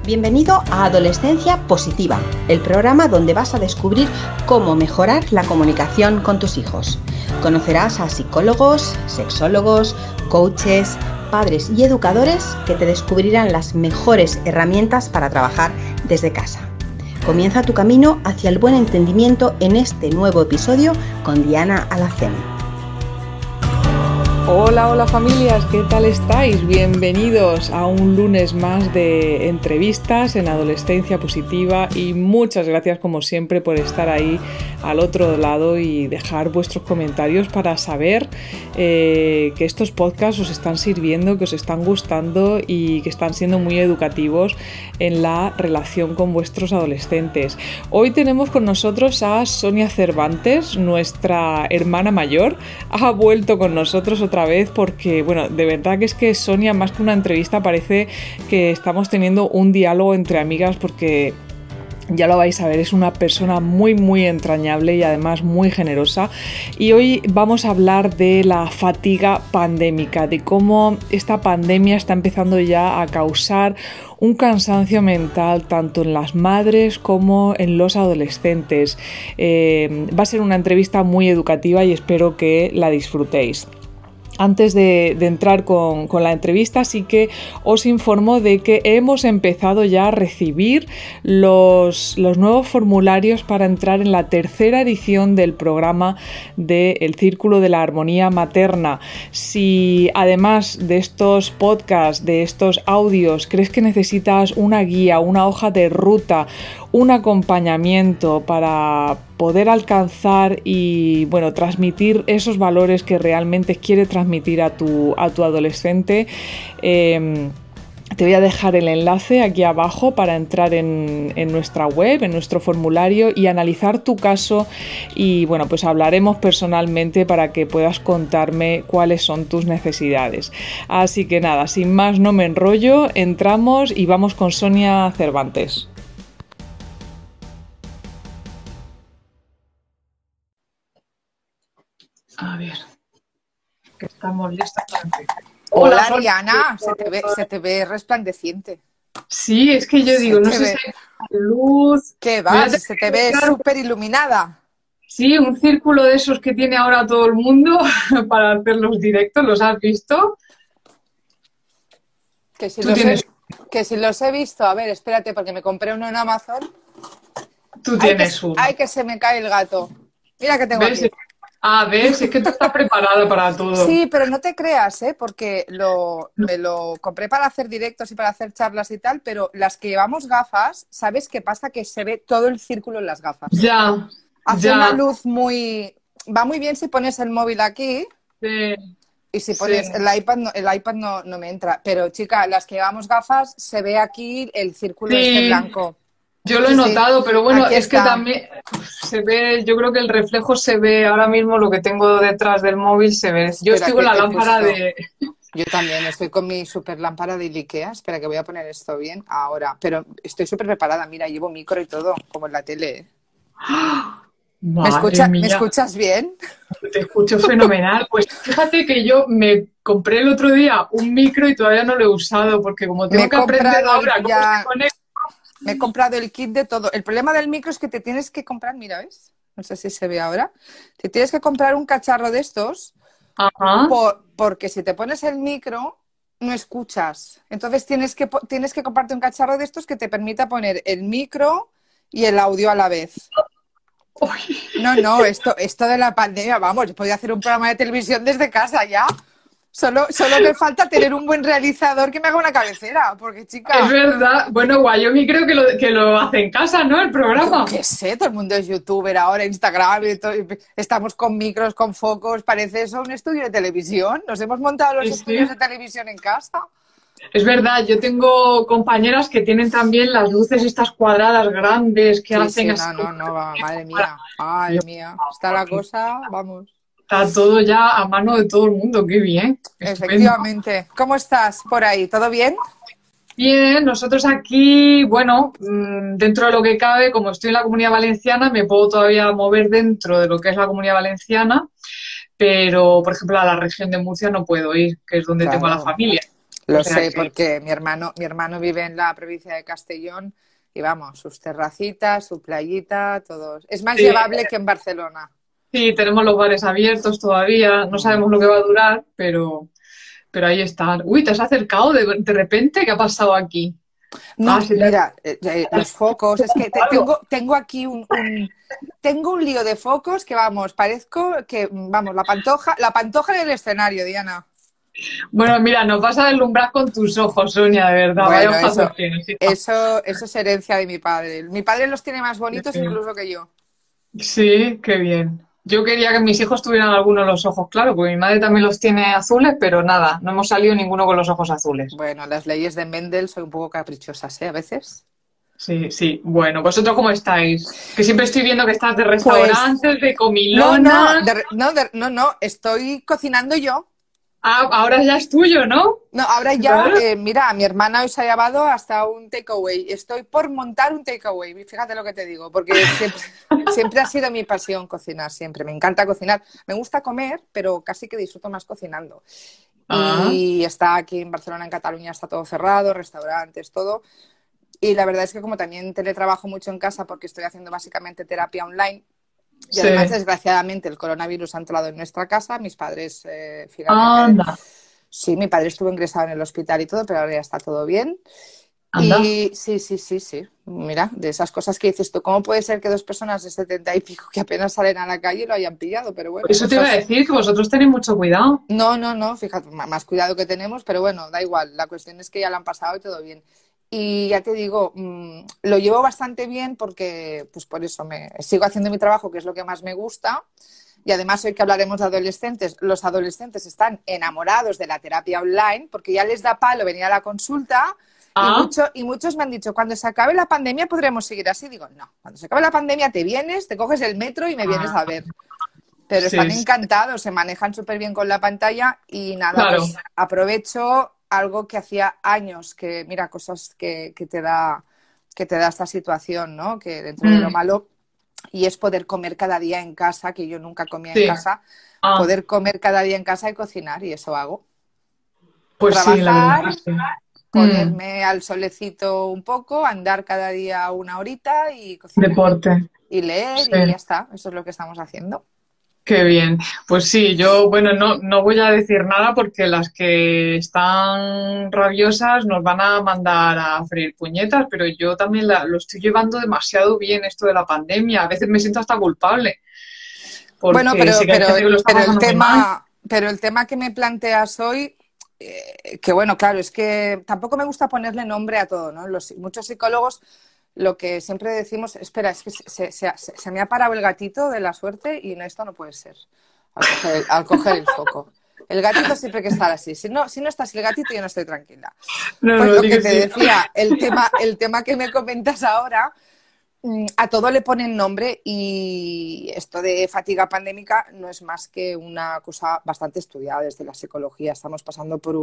Bienvenido a Adolescencia Positiva, el programa donde vas a descubrir cómo mejorar la comunicación con tus hijos. Conocerás a psicólogos, sexólogos, coaches, padres y educadores que te descubrirán las mejores herramientas para trabajar desde casa. Comienza tu camino hacia el buen entendimiento en este nuevo episodio con Diana Alacén. Hola familias, ¿qué tal estáis? Bienvenidos a un lunes más de entrevistas en Adolescencia Positiva y muchas gracias como siempre por estar ahí al otro lado y dejar vuestros comentarios para saber que estos podcasts os están sirviendo, que os están gustando y que están siendo muy educativos en la relación con vuestros adolescentes. Hoy tenemos con nosotros a Sonia Cervantes, nuestra hermana mayor. Ha vuelto con nosotros otra vez porque, bueno, de verdad que es que Sonia, más que una entrevista, parece que estamos teniendo un diálogo entre amigas porque ya lo vais a ver, es una persona muy entrañable y además muy generosa. Y hoy vamos a hablar de la fatiga pandémica, de cómo esta pandemia está empezando ya a causar un cansancio mental tanto en las madres como en los adolescentes. Va a ser una entrevista muy educativa y espero que la disfrutéis. Antes de entrar con la entrevista, sí que os informo de que hemos empezado ya a recibir los nuevos formularios para entrar en la tercera edición del programa del Círculo de la Armonía Materna. Si además de estos podcasts, de estos audios, crees que necesitas una guía, una hoja de ruta, un acompañamiento para poder alcanzar y transmitir esos valores que realmente quiere transmitir a tu adolescente, te voy a dejar el enlace aquí abajo para entrar en nuestra web, en nuestro formulario y analizar tu caso y pues hablaremos personalmente para que puedas contarme cuáles son tus necesidades. Así que nada, sin más no me enrollo, entramos y vamos con Sonia Cervantes. A ver, que estamos listas para empezar. Hola Diana, se te ve resplandeciente. Sí, es que yo digo, no sé si hay luz. ¿Qué va? Se te ve súper iluminada. Sí, un círculo de esos que tiene ahora todo el mundo para hacer los directos, ¿los has visto? Que si los he visto. A ver, espérate, porque me compré uno en Amazon. Tú tienes uno. Ay, que se me cae el gato. Mira que tengo aquí. ¿Ves? Es que tú estás preparada para todo. Sí, pero no te creas, porque me lo compré para hacer directos y para hacer charlas y tal, pero las que llevamos gafas, ¿sabes qué pasa? Que se ve todo el círculo en las gafas. Ya. Hace una luz va muy bien si pones el móvil aquí. Sí. Y si pones el iPad no me entra. Pero, chica, las que llevamos gafas, se ve aquí el círculo este blanco. Yo lo he notado, pero bueno, aquí es que también se ve, yo creo que el reflejo se ve ahora mismo, lo que tengo detrás del móvil se ve. Yo estoy con la lámpara de... Yo también estoy con mi super lámpara de Ikea. Espera, que voy a poner esto bien ahora. Pero estoy súper preparada, mira, llevo micro y todo, como en la tele. ¿Me escuchas bien? Te escucho fenomenal. Pues fíjate que yo me compré el otro día un micro y todavía no lo he usado, porque como tengo que aprender ahora cómo se conecta... Me he comprado el kit de todo. El problema del micro es que te tienes que comprar, mira, ¿ves? No sé si se ve ahora. Te tienes que comprar un cacharro de estos. Ajá. Porque si te pones el micro, no escuchas. Entonces tienes que comprarte un cacharro de estos que te permita poner el micro y el audio a la vez. No, esto de la pandemia, vamos, yo podía hacer un programa de televisión desde casa ya. Solo me falta tener un buen realizador que me haga una cabecera, porque, chica... Es verdad. Bueno, Wyoming creo que lo hace en casa, ¿no? El programa. Yo qué sé, todo el mundo es youtuber ahora, Instagram, y todo, estamos con micros, con focos, parece eso un estudio de televisión. Nos hemos montado los estudios de televisión en casa. Es verdad, yo tengo compañeras que tienen también las luces estas cuadradas grandes que hacen así. No, madre mía, está la cosa, vamos. Está todo ya a mano de todo el mundo, qué bien. Efectivamente. Estupendo. ¿Cómo estás por ahí? ¿Todo bien? Bien, nosotros aquí, dentro de lo que cabe, como estoy en la Comunidad Valenciana, me puedo todavía mover dentro de lo que es la Comunidad Valenciana, pero, por ejemplo, a la región de Murcia no puedo ir, que es donde tengo a la familia. Lo O sea sé, que, porque mi hermano vive en la provincia de Castellón y vamos, sus terracitas, su playita, todo. Es más sí, llevable que en Barcelona. sí, tenemos los bares abiertos todavía, no Mm. sabemos lo que va a durar, pero ahí están. Uy, ¿te has acercado de repente? ¿Qué ha pasado aquí? No, Ah, sí, mira, los focos, es que algo. tengo aquí tengo un lío de focos que vamos, parezco que, vamos, la pantoja en el escenario, Diana. Bueno, mira, nos vas a deslumbrar con tus ojos, Sonia, de verdad. Vaya Bueno, ojazos tienes, hija. eso es herencia de mi padre. Mi padre los tiene más bonitos incluso que yo. Sí, qué bien. Yo quería que mis hijos tuvieran algunos de los ojos claros, porque mi madre también los tiene azules, pero nada, no hemos salido ninguno con los ojos azules. Bueno, las leyes de Mendel son un poco caprichosas, ¿eh? A veces. Sí, sí. Bueno, ¿vosotros cómo estáis? Que siempre estoy viendo que estás de Pues restaurantes, de no, no, comilonas. no, estoy cocinando yo. Ah, ahora ya es tuyo, ¿no? No, ahora ya, Claro. mira, mi hermana hoy se ha llevado hasta un takeaway. Estoy por montar un takeaway, fíjate lo que te digo, porque siempre ha sido mi pasión cocinar, siempre. Me encanta cocinar. Me gusta comer, pero casi que disfruto más cocinando. Ah, Y está aquí en Barcelona, en Cataluña, está todo cerrado, restaurantes, todo. Y la verdad es que como también teletrabajo mucho en casa porque estoy haciendo básicamente terapia online, y además, sí. desgraciadamente, el coronavirus ha entrado en nuestra casa. Mis padres finalmente... Anda, Sí, mi padre estuvo ingresado en el hospital y todo, pero ahora ya está todo bien. anda. Y sí, sí, sí, sí. Mira, de esas cosas que dices tú, ¿cómo puede ser que dos personas de 70 y pico que apenas salen a la calle lo hayan pillado? Pero bueno, Eso te iba a cosas... decir, que vosotros tenéis mucho cuidado. No, no, no, fíjate, más cuidado que tenemos, pero bueno, da igual. La cuestión es que ya lo han pasado y todo bien. Y ya te digo, lo llevo bastante bien porque, pues por eso me sigo haciendo mi trabajo, que es lo que más me gusta. Y además, hoy que hablaremos de adolescentes, los adolescentes están enamorados de la terapia online porque ya les da palo venir a la consulta Ah, y muchos me han dicho, cuando se acabe la pandemia podremos seguir así. Digo, no, cuando se acabe la pandemia te vienes, te coges el metro y me vienes a ah, ver. Pero están sí, sí, encantados, se manejan súper bien con la pantalla y nada, claro. pues aprovecho algo que hacía años, que mira, cosas que te da esta situación, ¿no? Que dentro de lo Mm, malo, y es poder comer cada día en casa, que yo nunca comía en sí. casa, Ah, poder comer cada día en casa y cocinar, y eso hago. pues sí, la verdad Trabajar, que sí. Mm, ponerme al solecito un poco, andar cada día una horita y cocinar. deporte. Y leer y ya Sí. está, eso es lo que estamos haciendo. Qué bien. Pues sí, yo, bueno, no voy a decir nada porque las que están rabiosas nos van a mandar a freír puñetas, pero yo también lo estoy llevando demasiado bien esto de la pandemia. A veces me siento hasta culpable Bueno, porque sí que hay gente que lo está pasando muy mal. pero el tema que me planteas hoy, que bueno, claro, es que tampoco me gusta ponerle nombre a todo, ¿no? Muchos psicólogos lo que siempre decimos, espera, es que se me ha parado el gatito de la suerte y esto no puede ser, al coger el foco. El gatito siempre hay que estar así. Si no está así el gatito, yo no estoy tranquila. No, Pues no, lo di que que te sí. decía, el tema que me comentas ahora, a todo le ponen nombre y esto de fatiga pandémica no es más que una cosa bastante estudiada desde la psicología. Estamos pasando por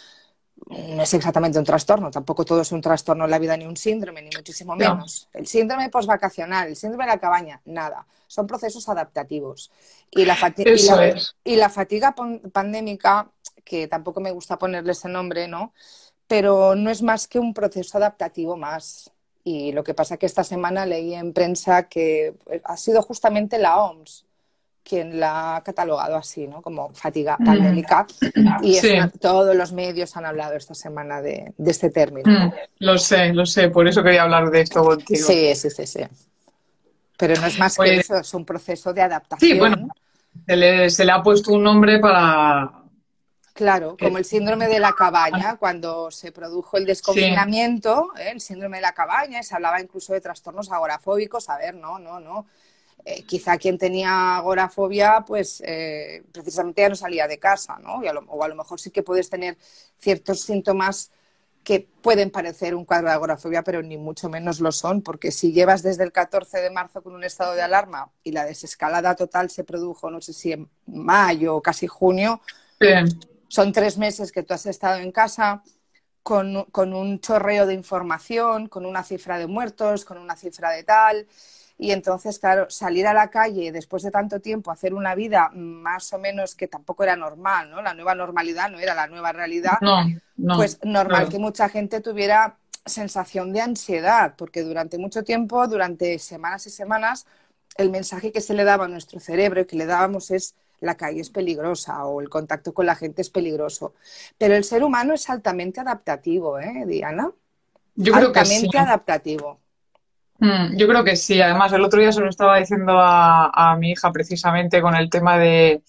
no es exactamente un trastorno, tampoco todo es un trastorno en la vida ni un síndrome, ni muchísimo Ya, menos. El síndrome postvacacional, el síndrome de la cabaña, nada. Son procesos adaptativos. Y la, fati- y eso la, es. y la fatiga pandémica, que tampoco me gusta ponerle ese nombre, ¿no? Pero no es más que un proceso adaptativo más. Y lo que pasa es que esta semana leí en prensa que ha sido justamente la OMS quien la ha catalogado así, ¿no? Como fatiga Mm, pandémica. Y sí, todos los medios han hablado esta semana de este término, mm, ¿no? lo sé, por eso quería hablar de esto contigo. Sí, sí, sí, sí. Pero no es más que Pues eso, es un proceso de sí, bueno, adaptación. se le ha puesto un nombre para... Claro, como el síndrome de la cabaña, cuando se produjo el Sí, desconfinamiento, el síndrome de la cabaña, se hablaba incluso de trastornos agorafóbicos. A ver, no, no, no. Quizá quien tenía agorafobia, pues precisamente ya no salía de casa, ¿no? O a lo mejor sí que puedes tener ciertos síntomas que pueden parecer un cuadro de agorafobia, pero ni mucho menos lo son, porque si llevas desde el 14 de marzo con un estado de alarma y la desescalada total se produjo, no sé si en mayo o casi junio, sí. son 3 meses que tú has estado en casa con un chorreo de información, con una cifra de muertos, con una cifra de tal. Y entonces, claro, salir a la calle después de tanto tiempo, hacer una vida más o menos que tampoco era normal, ¿no? La nueva normalidad no era la nueva realidad, No, no, pues normal claro. que mucha gente tuviera sensación de ansiedad, porque durante mucho tiempo, durante semanas y semanas, el mensaje que se le daba a nuestro cerebro y que le dábamos es: la calle es peligrosa o el contacto con la gente es peligroso. Pero el ser humano es altamente adaptativo, ¿eh, Diana? Yo creo que sí. Altamente adaptativo. Yo creo que sí. Además, el otro día se lo estaba diciendo a mi hija precisamente con el tema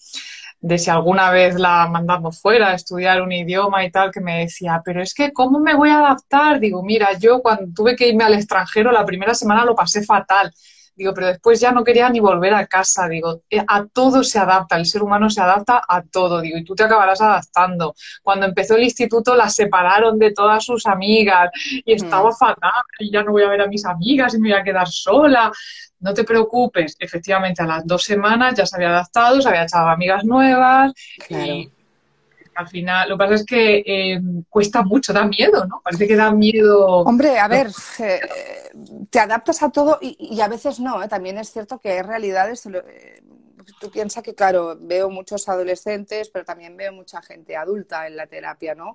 de si alguna vez la mandamos fuera a estudiar un idioma y tal, que me decía, pero es que ¿cómo me voy a adaptar? Digo, mira, yo cuando tuve que irme al extranjero la primera semana lo pasé fatal. Digo, pero después ya no quería ni volver a casa. Digo, a todo se adapta, el ser humano se adapta a todo. Digo, y tú te acabarás adaptando. Cuando empezó el instituto la separaron de todas sus amigas y estaba fatal y ya no voy a ver a mis amigas y me voy a quedar sola. No te preocupes, efectivamente a las 2 semanas ya se había adaptado, se había echado amigas nuevas Claro. y al final lo que pasa es que cuesta mucho, da miedo, ¿no? Parece que da miedo. Hombre, a ver, te adaptas a todo y a veces no, ¿eh? También es cierto que hay realidades. Tú piensas que, claro, veo muchos adolescentes, pero también veo mucha gente adulta en la terapia, ¿no?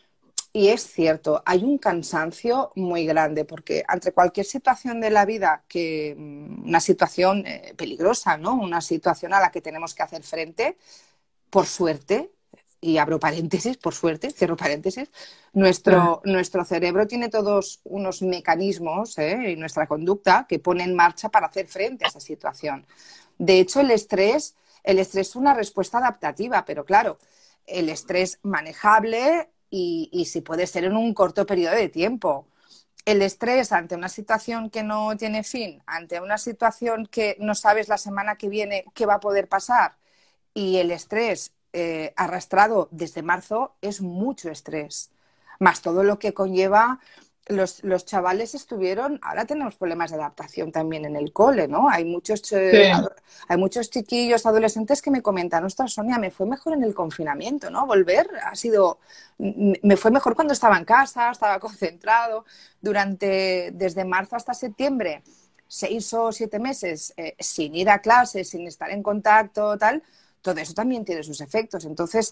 Y es cierto, hay un cansancio muy grande porque ante cualquier situación de la vida, una situación peligrosa, ¿no? Una situación a la que tenemos que hacer frente, por suerte, y abro paréntesis, por suerte, cierro paréntesis, nuestro cerebro tiene todos unos mecanismos y nuestra conducta que pone en marcha para hacer frente a esa situación. De hecho, el estrés es una respuesta adaptativa, pero claro, el estrés manejable y si puede ser en un corto periodo de tiempo. El estrés ante una situación que no tiene fin, ante una situación que no sabes la semana que viene qué va a poder pasar, y el estrés arrastrado desde marzo es mucho estrés, más todo lo que conlleva. Los chavales ahora tenemos problemas de adaptación también en el cole, ¿no? Hay muchos chiquillos, adolescentes que me comentan, ostras, Sonia, me fue mejor en el confinamiento, ¿no? Me fue mejor cuando estaba en casa, estaba concentrado. Desde marzo hasta septiembre, 6 o 7 meses sin ir a clase, sin estar en contacto, tal, todo eso también tiene sus efectos. Entonces,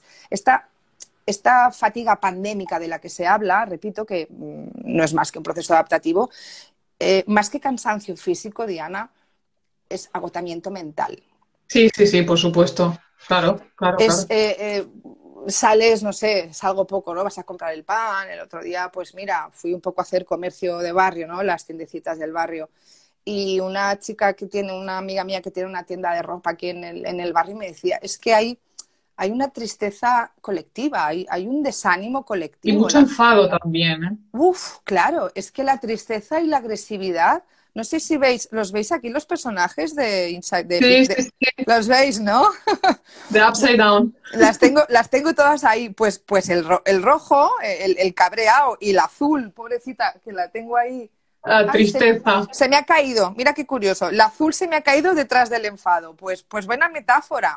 esta fatiga pandémica de la que se habla, repito, que no es más que un proceso adaptativo, más que cansancio físico, Diana, es agotamiento mental. Sí, sí, sí, por supuesto. Claro, claro, claro. Sales, no sé, salgo poco, ¿no? Vas a comprar el pan. El otro día, pues mira, fui un poco a hacer comercio de barrio, ¿no? Las tiendecitas del barrio. Y una amiga mía que tiene una tienda de ropa aquí en el barrio, me decía, es que hay una tristeza colectiva, hay un desánimo Y colectivo. mucho enfado también, ¿eh? Claro, es que la tristeza y la agresividad, no sé si los veis aquí los personajes de Inside Sí, sí, sí. los veis, ¿no? The Upside Down. Las tengo todas ahí, pues el rojo, el cabreado, y el azul, pobrecita, que la tengo ahí. La tristeza. Se me ha caído, mira qué curioso, el azul se me ha caído detrás del enfado. Pues buena metáfora,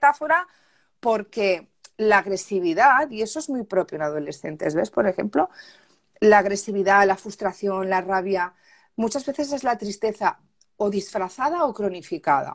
porque la agresividad, y eso es muy propio en adolescentes, ¿ves? Por ejemplo, la agresividad, la frustración, la rabia, muchas veces es la tristeza o disfrazada o cronificada.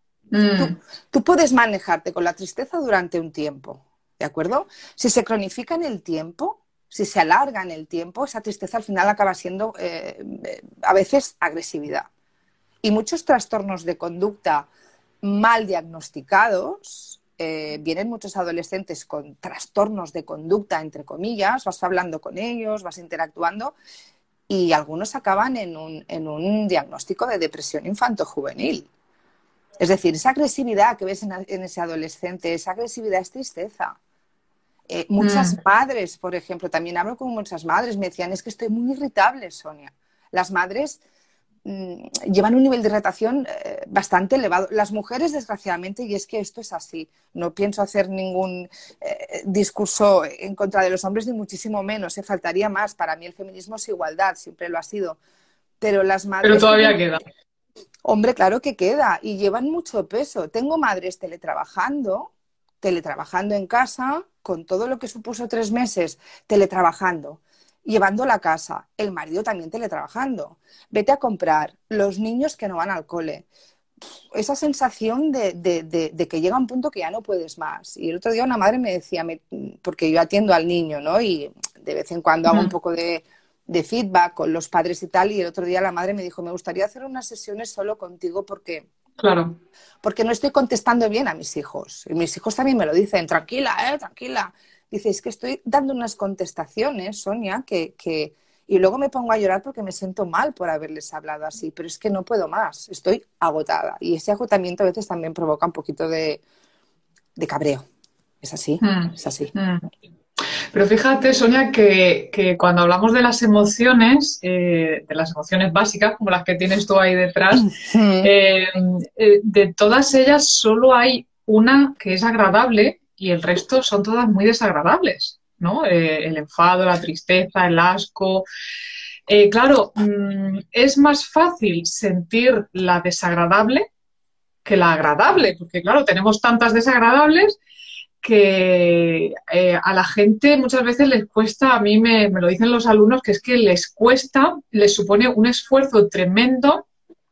Tú puedes manejarte con la tristeza durante un tiempo, ¿de acuerdo? Si se cronifica en el tiempo, si se alarga en el tiempo, esa tristeza al final acaba siendo a veces agresividad. Y muchos trastornos de conducta mal diagnosticados, vienen muchos adolescentes con trastornos de conducta, entre comillas, vas hablando con ellos, vas interactuando, y algunos acaban en un diagnóstico de depresión infanto-juvenil. Es decir, esa agresividad que ves en ese adolescente, esa agresividad es tristeza. Muchas madres, por ejemplo, también hablo con muchas madres, me decían, es que estoy muy irritable, Sonia. Las madres llevan un nivel de irritación bastante elevado. Las mujeres, desgraciadamente, y es que esto es así, no pienso hacer ningún discurso en contra de los hombres, ni muchísimo menos, faltaría más. Para mí el feminismo es igualdad, siempre lo ha sido. Pero las madres... Pero todavía queda. Hombre, claro que queda, y llevan mucho peso. Tengo madres teletrabajando en casa, con todo lo que supuso 3 meses teletrabajando. llevando la casa, el marido también teletrabajando, vete a comprar, los niños que no van al cole. Esa sensación de que llega un punto que ya no puedes más. Y el otro día una madre me decía, porque yo atiendo al niño, ¿no? Y de vez en cuando hago un poco de feedback con los padres y tal, y el otro día la madre me dijo, me gustaría hacer unas sesiones solo contigo porque no estoy contestando bien a mis hijos. Y mis hijos también me lo dicen, tranquila, tranquila. Dice, es que estoy dando unas contestaciones, Sonia, y luego me pongo a llorar porque me siento mal por haberles hablado así, pero es que no puedo más, estoy agotada. Y ese agotamiento a veces también provoca un poquito de cabreo. Es así, es así. Pero fíjate, Sonia, que cuando hablamos de las emociones básicas, como las que tienes tú ahí detrás, de todas ellas solo hay una que es agradable y el resto son todas muy desagradables, ¿no? El enfado, la tristeza, el asco. Claro, es más fácil sentir la desagradable que la agradable, porque claro, tenemos tantas desagradables que a la gente muchas veces les cuesta, a mí me lo dicen los alumnos, que es que les cuesta, les supone un esfuerzo tremendo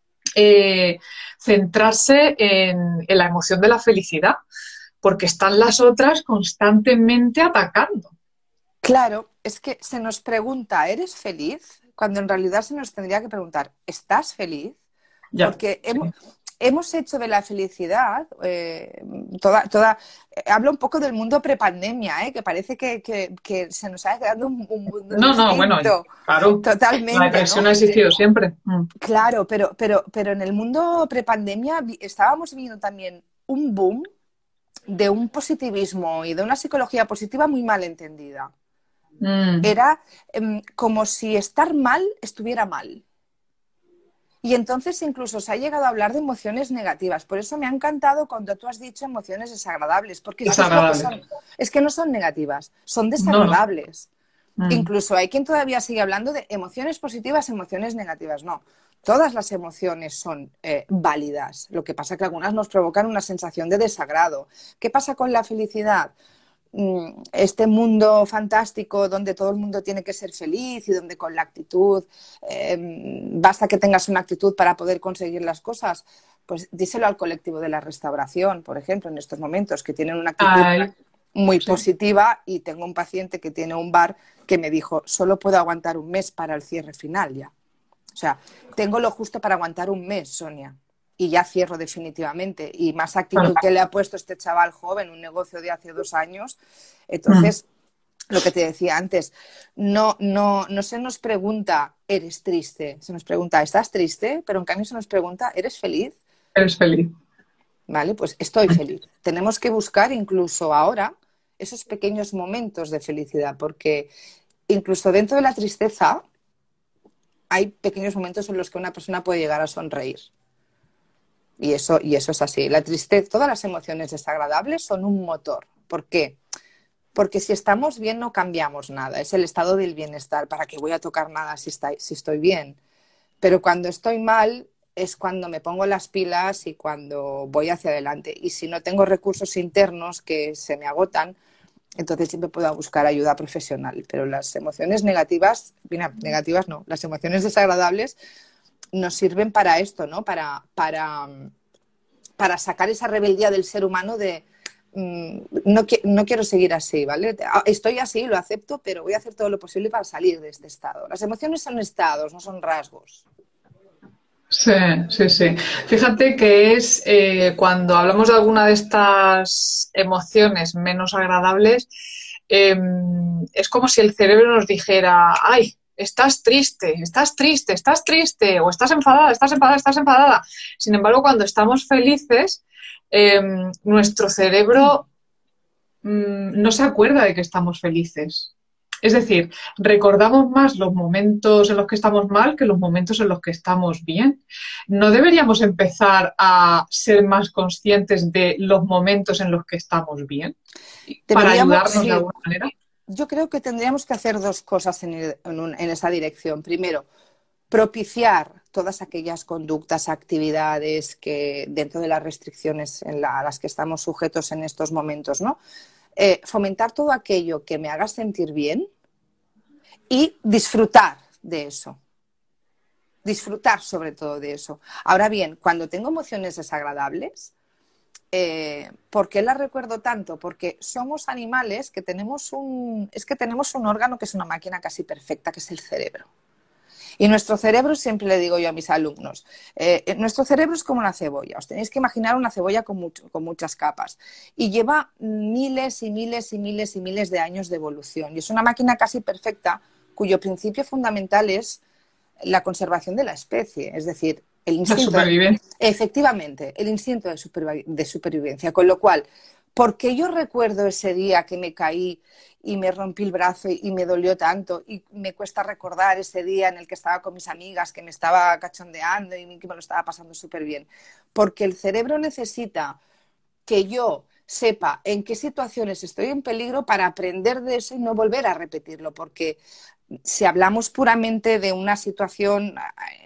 centrarse en la emoción de la felicidad, porque están las otras constantemente atacando. Claro, es que se nos pregunta, ¿eres feliz? Cuando en realidad se nos tendría que preguntar, ¿estás feliz? Ya, porque hemos hecho de la felicidad hablo un poco del mundo prepandemia, que parece que se nos ha quedado un mundo distinto. Bueno, claro, totalmente, la depresión ha existido siempre. Claro, pero en el mundo prepandemia estábamos viendo también un boom de un positivismo y de una psicología positiva muy mal entendida. Era como si estar mal estuviera mal. Y entonces incluso se ha llegado a hablar de emociones negativas. Por eso me ha encantado cuando tú has dicho emociones desagradables, porque es que no son negativas, son desagradables. No. Incluso hay quien todavía sigue hablando de emociones positivas, emociones negativas. No, todas las emociones son válidas. Lo que pasa es que algunas nos provocan una sensación de desagrado. ¿Qué pasa con la felicidad? Este mundo fantástico donde todo el mundo tiene que ser feliz y donde con la actitud basta que tengas una actitud para poder conseguir las cosas, pues díselo al colectivo de la restauración, por ejemplo, en estos momentos, que tienen una actitud muy positiva, y tengo un paciente que tiene un bar que me dijo, solo puedo aguantar un mes para el cierre final ya. O sea, tengo lo justo para aguantar un mes, Sonia. Y ya cierro definitivamente. Y más actitud que le ha puesto este chaval joven, un negocio de hace 2 años. Entonces, lo que te decía antes, no se nos pregunta, ¿eres triste? Se nos pregunta, ¿estás triste? Pero en cambio se nos pregunta, ¿eres feliz? ¿Eres feliz? Vale, pues estoy feliz. Tenemos que buscar incluso ahora esos pequeños momentos de felicidad, porque incluso dentro de la tristeza hay pequeños momentos en los que una persona puede llegar a sonreír. Y eso es así. La tristeza, todas las emociones desagradables son un motor. ¿Por qué? Porque si estamos bien no cambiamos nada. Es el estado del bienestar. ¿Para qué voy a tocar nada si estoy bien? Pero cuando estoy mal es cuando me pongo las pilas y cuando voy hacia adelante. Y si no tengo recursos internos que se me agotan, entonces siempre puedo buscar ayuda profesional. Pero las emociones negativas no, las emociones desagradables nos sirven para esto, ¿no? Para sacar esa rebeldía del ser humano de no quiero seguir así, ¿vale? Estoy así, lo acepto, pero voy a hacer todo lo posible para salir de este estado. Las emociones son estados, no son rasgos. Sí. Fíjate que es cuando hablamos de alguna de estas emociones menos agradables, es como si el cerebro nos dijera, ¡ay! Estás triste, o estás enfadada. Sin embargo, cuando estamos felices, nuestro cerebro no se acuerda de que estamos felices. Es decir, recordamos más los momentos en los que estamos mal que los momentos en los que estamos bien. ¿No deberíamos empezar a ser más conscientes de los momentos en los que estamos bien para ayudarnos de alguna manera? Yo creo que tendríamos que hacer 2 cosas en esa dirección. Primero, propiciar todas aquellas conductas, actividades que dentro de las restricciones a las que estamos sujetos en estos momentos, ¿no? Fomentar todo aquello que me haga sentir bien y disfrutar de eso. Disfrutar sobre todo de eso. Ahora bien, cuando tengo emociones desagradables, ¿por qué las recuerdo tanto? Porque somos animales que tenemos un órgano que es una máquina casi perfecta, que es el cerebro. Y nuestro cerebro, siempre le digo yo a mis alumnos, nuestro cerebro es como una cebolla. Os tenéis que imaginar una cebolla con muchas capas. Y lleva miles y miles y miles y miles de años de evolución. Y es una máquina casi perfecta cuyo principio fundamental es la conservación de la especie. Es decir, el instinto de supervivencia. Efectivamente, el instinto de supervivencia. Con lo cual, porque yo recuerdo ese día que me caí y me rompí el brazo y me dolió tanto, y me cuesta recordar ese día en el que estaba con mis amigas, que me estaba cachondeando y que me lo estaba pasando súper bien. Porque el cerebro necesita que yo sepa en qué situaciones estoy en peligro para aprender de eso y no volver a repetirlo. Porque si hablamos puramente de una situación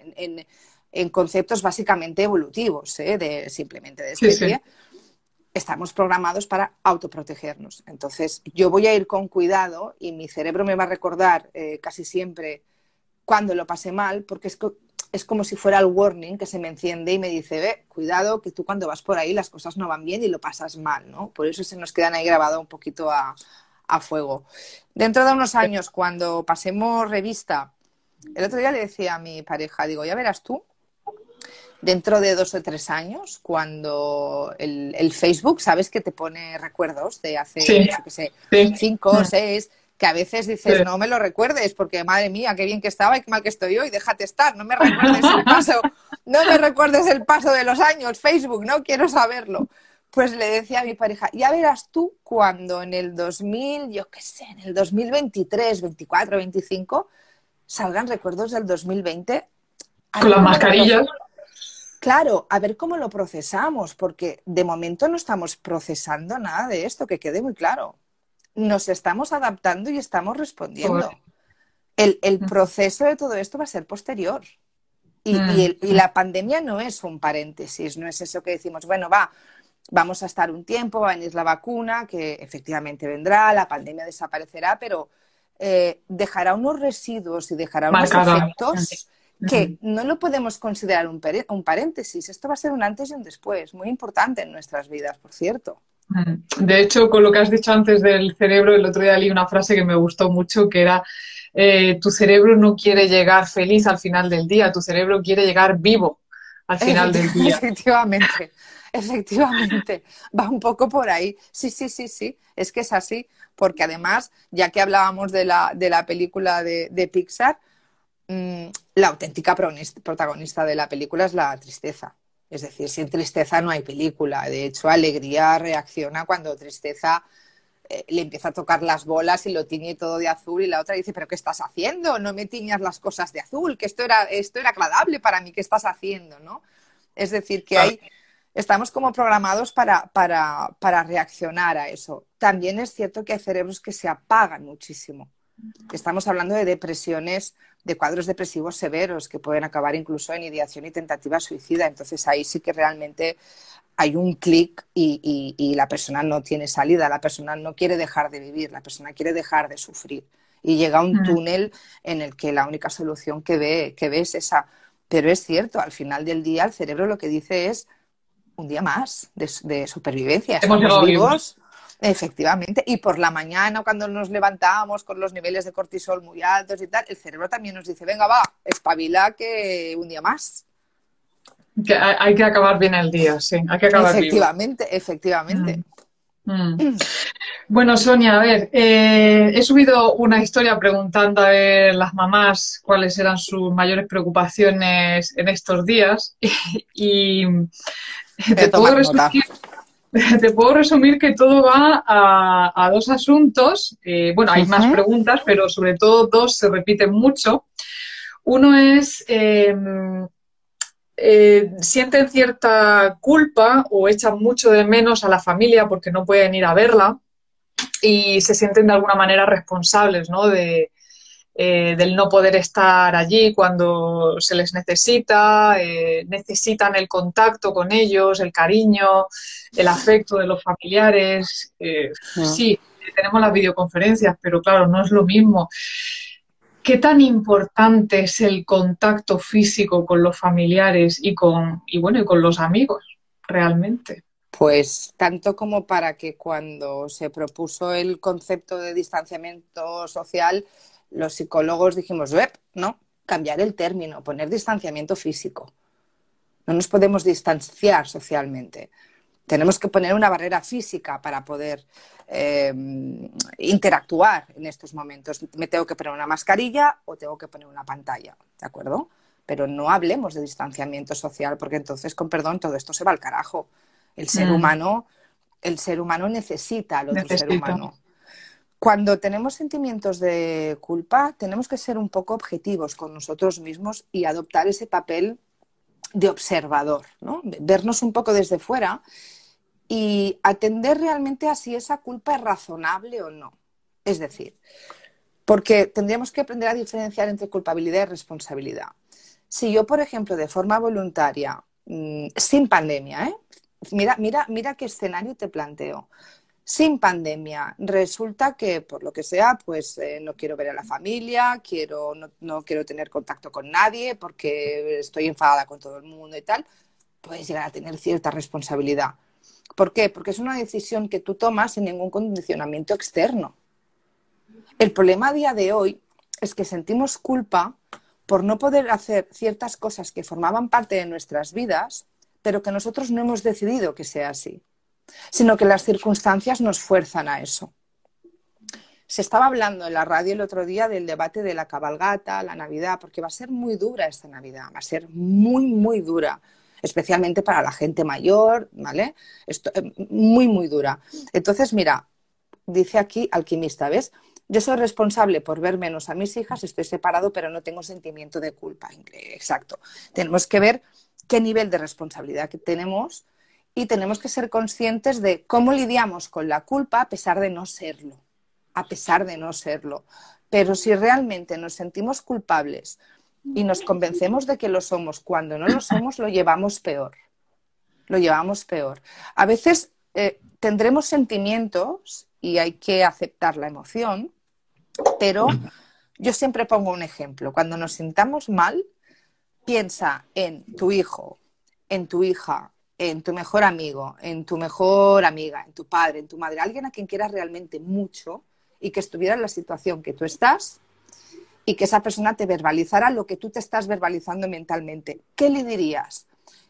en conceptos básicamente evolutivos, simplemente de especie, sí. Estamos programados para autoprotegernos. Entonces, yo voy a ir con cuidado y mi cerebro me va a recordar casi siempre cuando lo pasé mal, porque es como si fuera el warning que se me enciende y me dice, cuidado, que tú cuando vas por ahí las cosas no van bien y lo pasas mal, ¿no? Por eso se nos quedan ahí grabado un poquito a fuego. Dentro de unos años, cuando pasemos revista, el otro día le decía a mi pareja, digo, ya verás tú, dentro de 2 o 3 años, cuando el Facebook, ¿sabes? Que te pone recuerdos de hace, yo qué sé, 5 o 6, que a veces dices, no me lo recuerdes, porque madre mía, qué bien que estaba y qué mal que estoy hoy, déjate estar, no me recuerdes el paso de los años, Facebook, no quiero saberlo. Pues le decía a mi pareja, ya verás tú cuando en el 2000, yo qué sé, en el 2023, 24, 25, salgan recuerdos del 2020. Con las mascarillas. Claro, a ver cómo lo procesamos, porque de momento no estamos procesando nada de esto, que quede muy claro. Nos estamos adaptando y estamos respondiendo. El proceso de todo esto va a ser posterior. Y la pandemia no es un paréntesis, no es eso que decimos, bueno, vamos a estar un tiempo, va a venir la vacuna, que efectivamente vendrá, la pandemia desaparecerá, pero dejará unos residuos y dejará unos efectos que no lo podemos considerar un paréntesis. Esto va a ser un antes y un después, muy importante en nuestras vidas, por cierto. De hecho, con lo que has dicho antes del cerebro, el otro día leí una frase que me gustó mucho, que era tu cerebro no quiere llegar feliz al final del día, tu cerebro quiere llegar vivo al final del día. Efectivamente, va un poco por ahí. Sí, es que es así, porque además, ya que hablábamos de la película de Pixar, la auténtica protagonista de la película es la tristeza. Es decir, sin tristeza no hay película. De hecho, alegría reacciona cuando tristeza le empieza a tocar las bolas y lo tiñe todo de azul y la otra dice, ¿pero qué estás haciendo? No me tiñas las cosas de azul, que esto era agradable para mí, ¿qué estás haciendo? ¿No? Es decir, que estamos como programados para reaccionar a eso. También es cierto que hay cerebros que se apagan muchísimo. Estamos hablando de depresiones, de cuadros depresivos severos que pueden acabar incluso en ideación y tentativa suicida. Entonces ahí sí que realmente hay un clic y la persona no tiene salida, la persona no quiere dejar de vivir, la persona quiere dejar de sufrir. Y llega a un túnel en el que la única solución que ve es esa. Pero es cierto, al final del día el cerebro lo que dice es un día más de supervivencia. Estamos vivos. Efectivamente, y por la mañana cuando nos levantamos con los niveles de cortisol muy altos y tal, el cerebro también nos dice, venga, espabila que un día más. Que hay que acabar bien el día, sí, hay que acabar Efectivamente. Bueno, Sonia, a ver, he subido una historia preguntando a ver las mamás cuáles eran sus mayores preocupaciones en estos días y te puedo resumir que todo va a 2 asuntos. Bueno, hay más preguntas, pero sobre todo 2 se repiten mucho. Uno es, sienten cierta culpa o echan mucho de menos a la familia porque no pueden ir a verla y se sienten de alguna manera responsables, ¿no? Del no poder estar allí cuando se les necesita, necesitan el contacto con ellos, el cariño, el afecto de los familiares. Sí, tenemos las videoconferencias, pero claro, no es lo mismo. ¿qué tan importante es el contacto físico con los familiares y con los amigos realmente? Pues tanto como para que cuando se propuso el concepto de distanciamiento social, los psicólogos dijimos, no, cambiar el término, poner distanciamiento físico. No nos podemos distanciar socialmente. Tenemos que poner una barrera física para poder interactuar en estos momentos. Me tengo que poner una mascarilla o tengo que poner una pantalla, ¿de acuerdo? Pero no hablemos de distanciamiento social porque entonces, con perdón, todo esto se va al carajo. El ser humano necesita al otro ser humano. Cuando tenemos sentimientos de culpa, tenemos que ser un poco objetivos con nosotros mismos y adoptar ese papel de observador, ¿no? Vernos un poco desde fuera y atender realmente a si esa culpa es razonable o no. Es decir, porque tendríamos que aprender a diferenciar entre culpabilidad y responsabilidad. Si yo, por ejemplo, de forma voluntaria, sin pandemia, mira qué escenario te planteo. Sin pandemia, resulta que, por lo que sea, pues no quiero ver a la familia, no quiero tener contacto con nadie porque estoy enfadada con todo el mundo y tal, puedes llegar a tener cierta responsabilidad. ¿Por qué? Porque es una decisión que tú tomas sin ningún condicionamiento externo. El problema a día de hoy es que sentimos culpa por no poder hacer ciertas cosas que formaban parte de nuestras vidas, pero que nosotros no hemos decidido que sea así, sino que las circunstancias nos fuerzan a eso. Se estaba hablando en la radio el otro día del debate de la cabalgata, la Navidad, porque va a ser muy dura esta Navidad, va a ser muy, muy dura, especialmente para la gente mayor, ¿vale? Muy, muy dura. Entonces, mira, dice aquí Alquimista, ¿ves? Yo soy responsable por ver menos a mis hijas, estoy separado, pero no tengo sentimiento de culpa. Exacto. Tenemos que ver qué nivel de responsabilidad que tenemos y tenemos que ser conscientes de cómo lidiamos con la culpa a pesar de no serlo. A pesar de no serlo. Pero si realmente nos sentimos culpables y nos convencemos de que lo somos cuando no lo somos, lo llevamos peor. Lo llevamos peor. A veces tendremos sentimientos y hay que aceptar la emoción, pero yo siempre pongo un ejemplo. Cuando nos sintamos mal, piensa en tu hijo, en tu hija, en tu mejor amigo, en tu mejor amiga, en tu padre, en tu madre, alguien a quien quieras realmente mucho y que estuviera en la situación que tú estás y que esa persona te verbalizara lo que tú te estás verbalizando mentalmente. ¿Qué le dirías?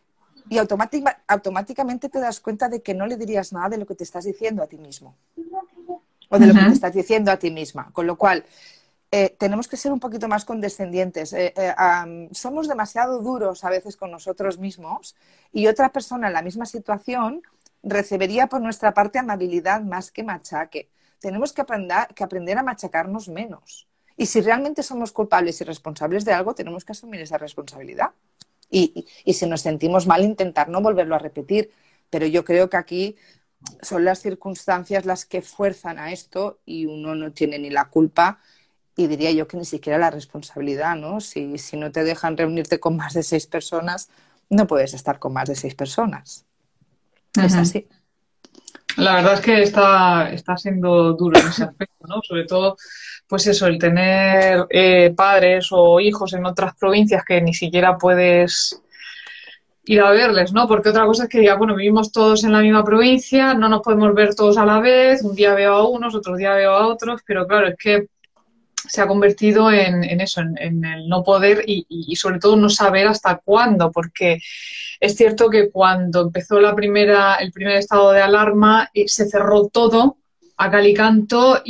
Y automáticamente te das cuenta de que no le dirías nada de lo que te estás diciendo a ti mismo o de lo que te estás diciendo a ti misma. Con lo cual, tenemos que ser un poquito más condescendientes. Somos demasiado duros a veces con nosotros mismos y otra persona en la misma situación recibiría por nuestra parte amabilidad más que machaque. Tenemos que aprender a machacarnos menos. Y si realmente somos culpables y responsables de algo, tenemos que asumir esa responsabilidad. Y si nos sentimos mal, intentar no volverlo a repetir. Pero yo creo que aquí son las circunstancias las que fuerzan a esto y uno no tiene ni la culpa y diría yo que ni siquiera la responsabilidad, ¿no? Si no te dejan reunirte con más de 6 personas, no puedes estar con más de 6 personas. Es así. La verdad es que está siendo duro en ese aspecto, ¿no? Sobre todo, pues eso, el tener padres o hijos en otras provincias que ni siquiera puedes ir a verles, ¿no? Porque otra cosa es que ya, bueno, vivimos todos en la misma provincia, no nos podemos ver todos a la vez, un día veo a unos, otro día veo a otros, pero claro, es que se ha convertido en eso, en el no poder y sobre todo no saber hasta cuándo, porque es cierto que cuando empezó el primer estado de alarma se cerró todo a cal y canto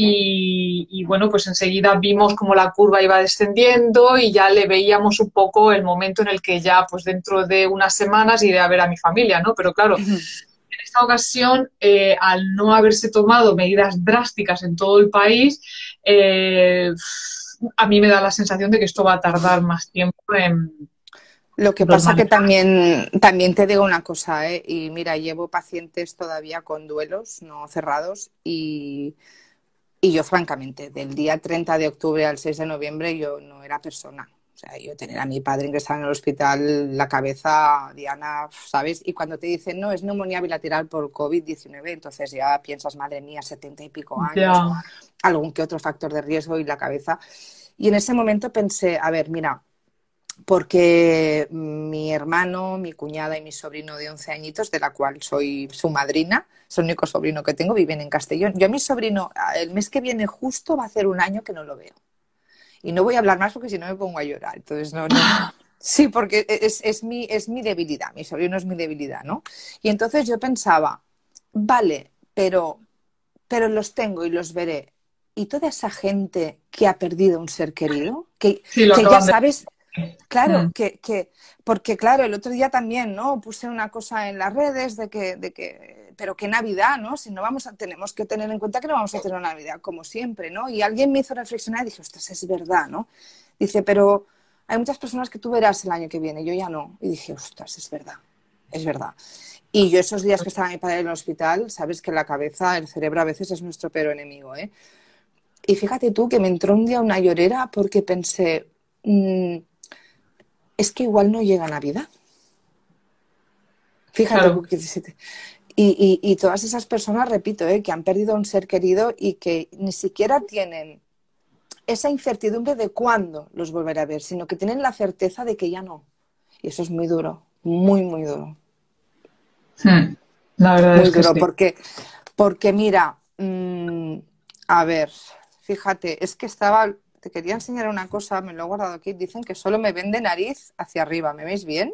y bueno, pues enseguida vimos como la curva iba descendiendo y ya le veíamos un poco el momento en el que ya pues dentro de unas semanas iré a ver a mi familia, ¿no? Pero claro, en esta ocasión, al no haberse tomado medidas drásticas en todo el país, a mí me da la sensación de que esto va a tardar más tiempo en... Lo que pasa que también te digo una cosa, y mira, llevo pacientes todavía con duelos no cerrados y yo francamente, del día 30 de octubre al 6 de noviembre yo no era persona. O sea, yo tener a mi padre ingresado en el hospital, la cabeza, Diana, ¿sabes? Y cuando te dicen, no, es neumonía bilateral por COVID-19, entonces ya piensas, madre mía, 70 y pico años, algún que otro factor de riesgo y la cabeza. Y en ese momento pensé, a ver, mira, porque mi hermano, mi cuñada y mi sobrino de 11 añitos, de la cual soy su madrina, es el único sobrino que tengo, viven en Castellón. Yo a mi sobrino, el mes que viene justo va a hacer un año que no lo veo. Y no voy a hablar más porque si no me pongo a llorar. Entonces, no. Sí, porque es mi debilidad, mi sobrino es mi debilidad, ¿no? Y entonces yo pensaba, vale, pero los tengo y los veré. ¿Y toda esa gente que ha perdido un ser querido? Sí, lo Que ya acaban de... sabes, claro, Mm. porque claro, el otro día también, ¿no? Puse una cosa en las redes pero qué Navidad, ¿no? Si no tenemos que tener en cuenta que no vamos a tener una Navidad como siempre, ¿no? Y alguien me hizo reflexionar y dije, ostras, es verdad, ¿no? Dice, pero hay muchas personas que tú verás el año que viene, yo ya no. Y dije, ostras, es verdad, es verdad. Y yo esos días que estaba mi padre en el hospital, sabes que la cabeza, el cerebro a veces es nuestro peor enemigo, ¿eh? Y fíjate tú que me entró un día una llorera porque pensé, es que igual no llega Navidad. Fíjate, Claro, y todas esas personas, repito, que han perdido a un ser querido y que ni siquiera tienen esa incertidumbre de cuándo los volverá a ver, sino que tienen la certeza de que ya no. Y eso es muy duro, muy, muy duro. la verdad es Muy que duro, sí. porque mira, a ver, fíjate, es que te quería enseñar una cosa, me lo he guardado aquí, dicen que solo me ven de nariz hacia arriba, ¿me veis bien?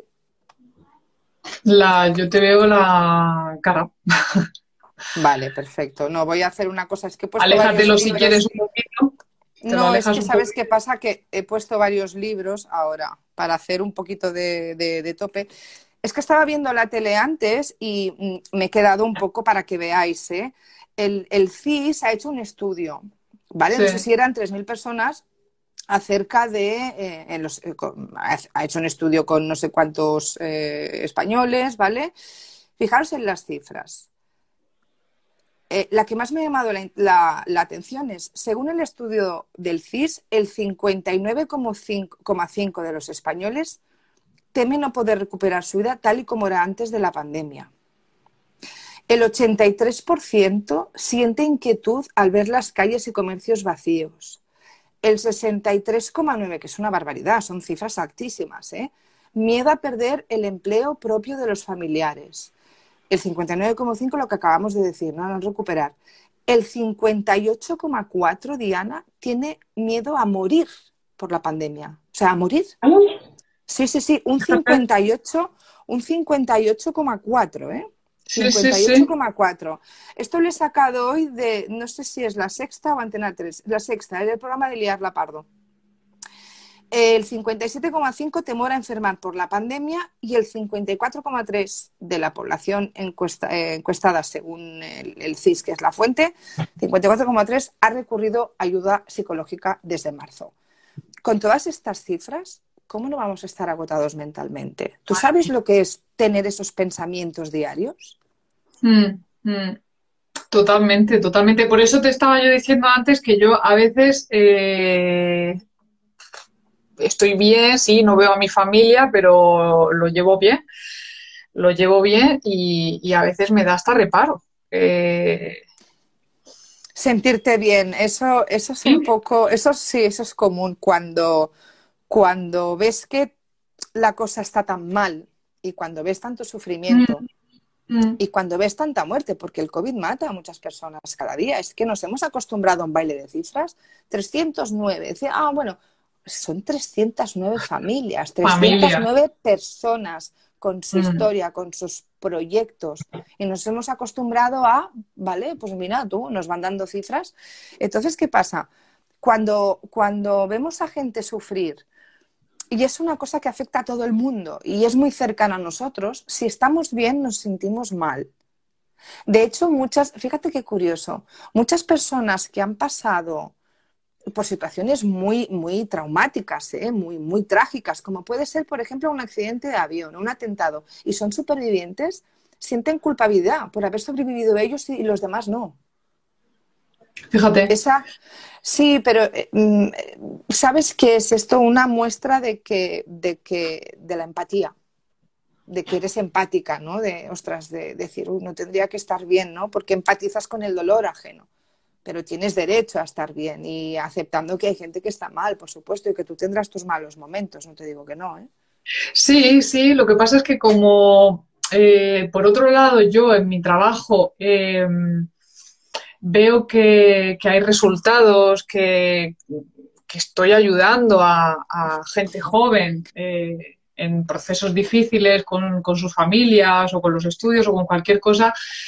Yo te veo la cara. Vale, perfecto. No, voy a hacer una cosa, es que he puesto varios Aléjatelo si quieres libros. un poquito. Te lo No, es alejas que un sabes qué poquito. pasa, que he puesto varios libros ahora para hacer un poquito de tope. Es que estaba viendo la tele antes y me he quedado un poco para que veáis, ¿eh? El CIS ha hecho un estudio, ¿vale? Sí, No sé si eran 3.000 personas acerca ha hecho un estudio con no sé cuántos españoles, ¿vale? Fijaros en las cifras. La que más me ha llamado la atención es, según el estudio del CIS, el 59,5% de los españoles teme no poder recuperar su vida tal y como era antes de la pandemia. El 83% siente inquietud al ver las calles y comercios vacíos. El 63,9%, que es una barbaridad, son cifras altísimas, miedo a perder el empleo propio de los familiares. El 59,5%, lo que acabamos de decir, no recuperar. El 58,4%, Diana, tiene miedo a morir por la pandemia. O sea, a morir. Sí, un 58,4%, ¿eh? sí, sí, sí. 58,4. Esto lo he sacado hoy no sé si es La Sexta o Antena 3, La Sexta, era el programa de Liar La Pardo. El 57,5% temor a enfermar por la pandemia y el 54,3% de la población encuestada según el CIS, que es la fuente, 54,3% ha recurrido a ayuda psicológica desde marzo. Con todas estas cifras, ¿cómo no vamos a estar agotados mentalmente? ¿Tú sabes lo que es tener esos pensamientos diarios? Mm, mm. Totalmente, totalmente. Por eso te estaba yo diciendo antes que yo a veces estoy bien, sí, no veo a mi familia, pero lo llevo bien y a veces me da hasta reparo. Sentirte bien, eso es un Sí, poco, eso sí, eso es común cuando ves que la cosa está tan mal y cuando ves tanto mm, sufrimiento mm, y cuando ves tanta muerte, porque el COVID mata a muchas personas cada día, es que nos hemos acostumbrado a un baile de cifras, 309, decía, bueno, son 309 familias, familia. 309 personas con su Mm. historia, con sus proyectos, y nos hemos acostumbrado vale, pues mira tú, nos van dando cifras. Entonces, ¿qué pasa? Cuando vemos a gente sufrir, y es una cosa que afecta a todo el mundo y es muy cercana a nosotros, si estamos bien nos sentimos mal. De hecho, fíjate qué curioso, muchas personas que han pasado por situaciones muy, muy traumáticas, muy, muy trágicas, como puede ser, por ejemplo, un accidente de avión, un atentado, y son supervivientes, sienten culpabilidad por haber sobrevivido ellos y los demás no. Fíjate. Sí, pero ¿sabes qué es esto? Una muestra de la empatía, de que eres empática, ¿no? De, ostras, de decir, no tendría que estar bien, ¿no? Porque empatizas con el dolor ajeno. pero tienes derecho a estar bien y aceptando que hay gente que está mal, por supuesto, y que tú tendrás tus malos momentos, no te digo que no, ¿eh? Sí, sí, lo que pasa es que como, por otro lado, yo en mi trabajo veo que hay resultados, que estoy ayudando a gente joven en procesos difíciles con sus familias o con los estudios o con cualquier cosa,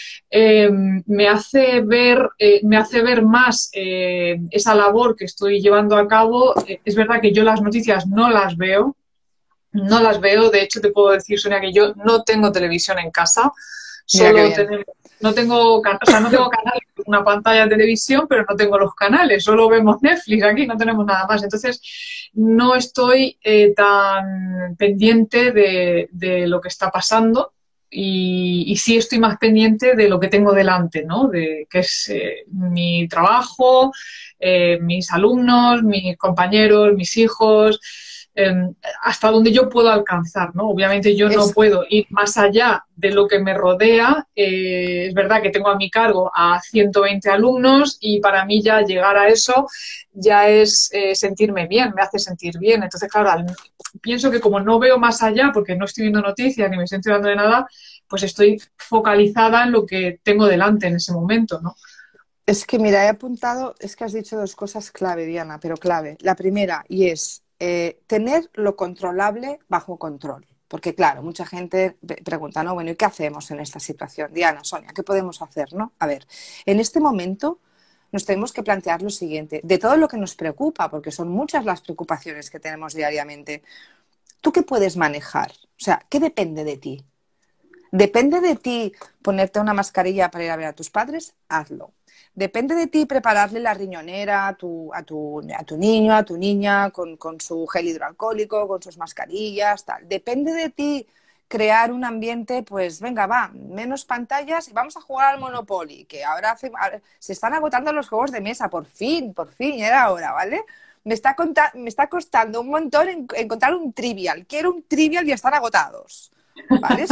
me hace ver más esa labor que estoy llevando a cabo. Es verdad que yo las noticias no las veo. No las veo, de hecho te puedo decir, Sonia, que yo no tengo televisión en casa, Mira qué solo bien. no tengo, o sea, no tengo canales, una pantalla de televisión, pero no tengo los canales, solo vemos Netflix aquí, no tenemos nada más. Entonces, no estoy tan pendiente de lo que está pasando y sí estoy más pendiente de lo que tengo delante, ¿no? De que es mi trabajo, mis alumnos, mis compañeros, mis hijos, eh, hasta donde yo puedo alcanzar, ¿no? Obviamente yo no Es, puedo ir más allá de lo que me rodea. Es verdad que tengo a mi cargo a 120 alumnos y para mí ya llegar a eso ya es sentirme bien, me hace sentir bien. Entonces, claro, pienso que como no veo más allá, porque no estoy viendo noticias ni me estoy enterando de nada, pues estoy focalizada en lo que tengo delante en ese momento, ¿no? es que, mira, he apuntado, es que has dicho dos cosas clave, Diana, pero clave. La primera, y es tener lo controlable bajo control. Porque, claro, mucha gente pregunta, ¿no? Bueno, ¿y qué hacemos en esta situación? Diana, Sonia, ¿qué podemos hacer, no? A ver, en este momento nos tenemos que plantear lo siguiente, de todo lo que nos preocupa, porque son muchas las preocupaciones que tenemos diariamente. ¿Tú qué puedes manejar? O sea, ¿qué depende de ti? ¿Depende de ti ponerte una mascarilla para ir a ver a tus padres? Hazlo. Depende de ti prepararle la riñonera a tu niño, a tu niña, con su gel hidroalcohólico, con sus mascarillas, tal. Depende de ti crear un ambiente, pues venga, va, menos pantallas y vamos a jugar al Monopoly, que ahora se están agotando los juegos de mesa, por fin, era hora, ¿vale? Me está costando un montón encontrar un trivial. Quiero un trivial y están agotados. ¿Vale?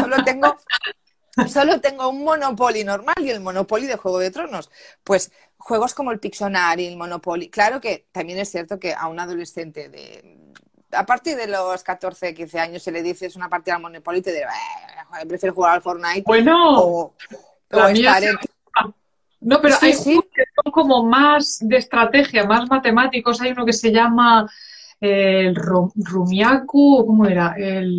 Solo tengo un Monopoly normal y el Monopoly de Juego de Tronos. Pues juegos como el Pictionary, el Monopoly. Claro que también es cierto que a un adolescente a partir de los 14, 15 años, si le dices una partida al Monopoly, te dirá, prefiero jugar al Fortnite Bueno, o la mía estar es... en... No, pero Sí, hay sí, juegos que son como más de estrategia, más matemáticos. Hay uno que se llama el Rumiaku, ¿cómo era?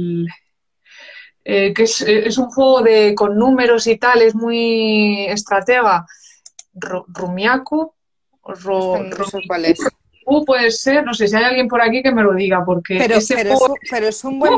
Que es un juego con números y tal, es muy estratega. Rumiaku, es que no sé cuál es. puede ser, no sé si hay alguien por aquí que me lo diga, porque Pero, ese pero, juego... pero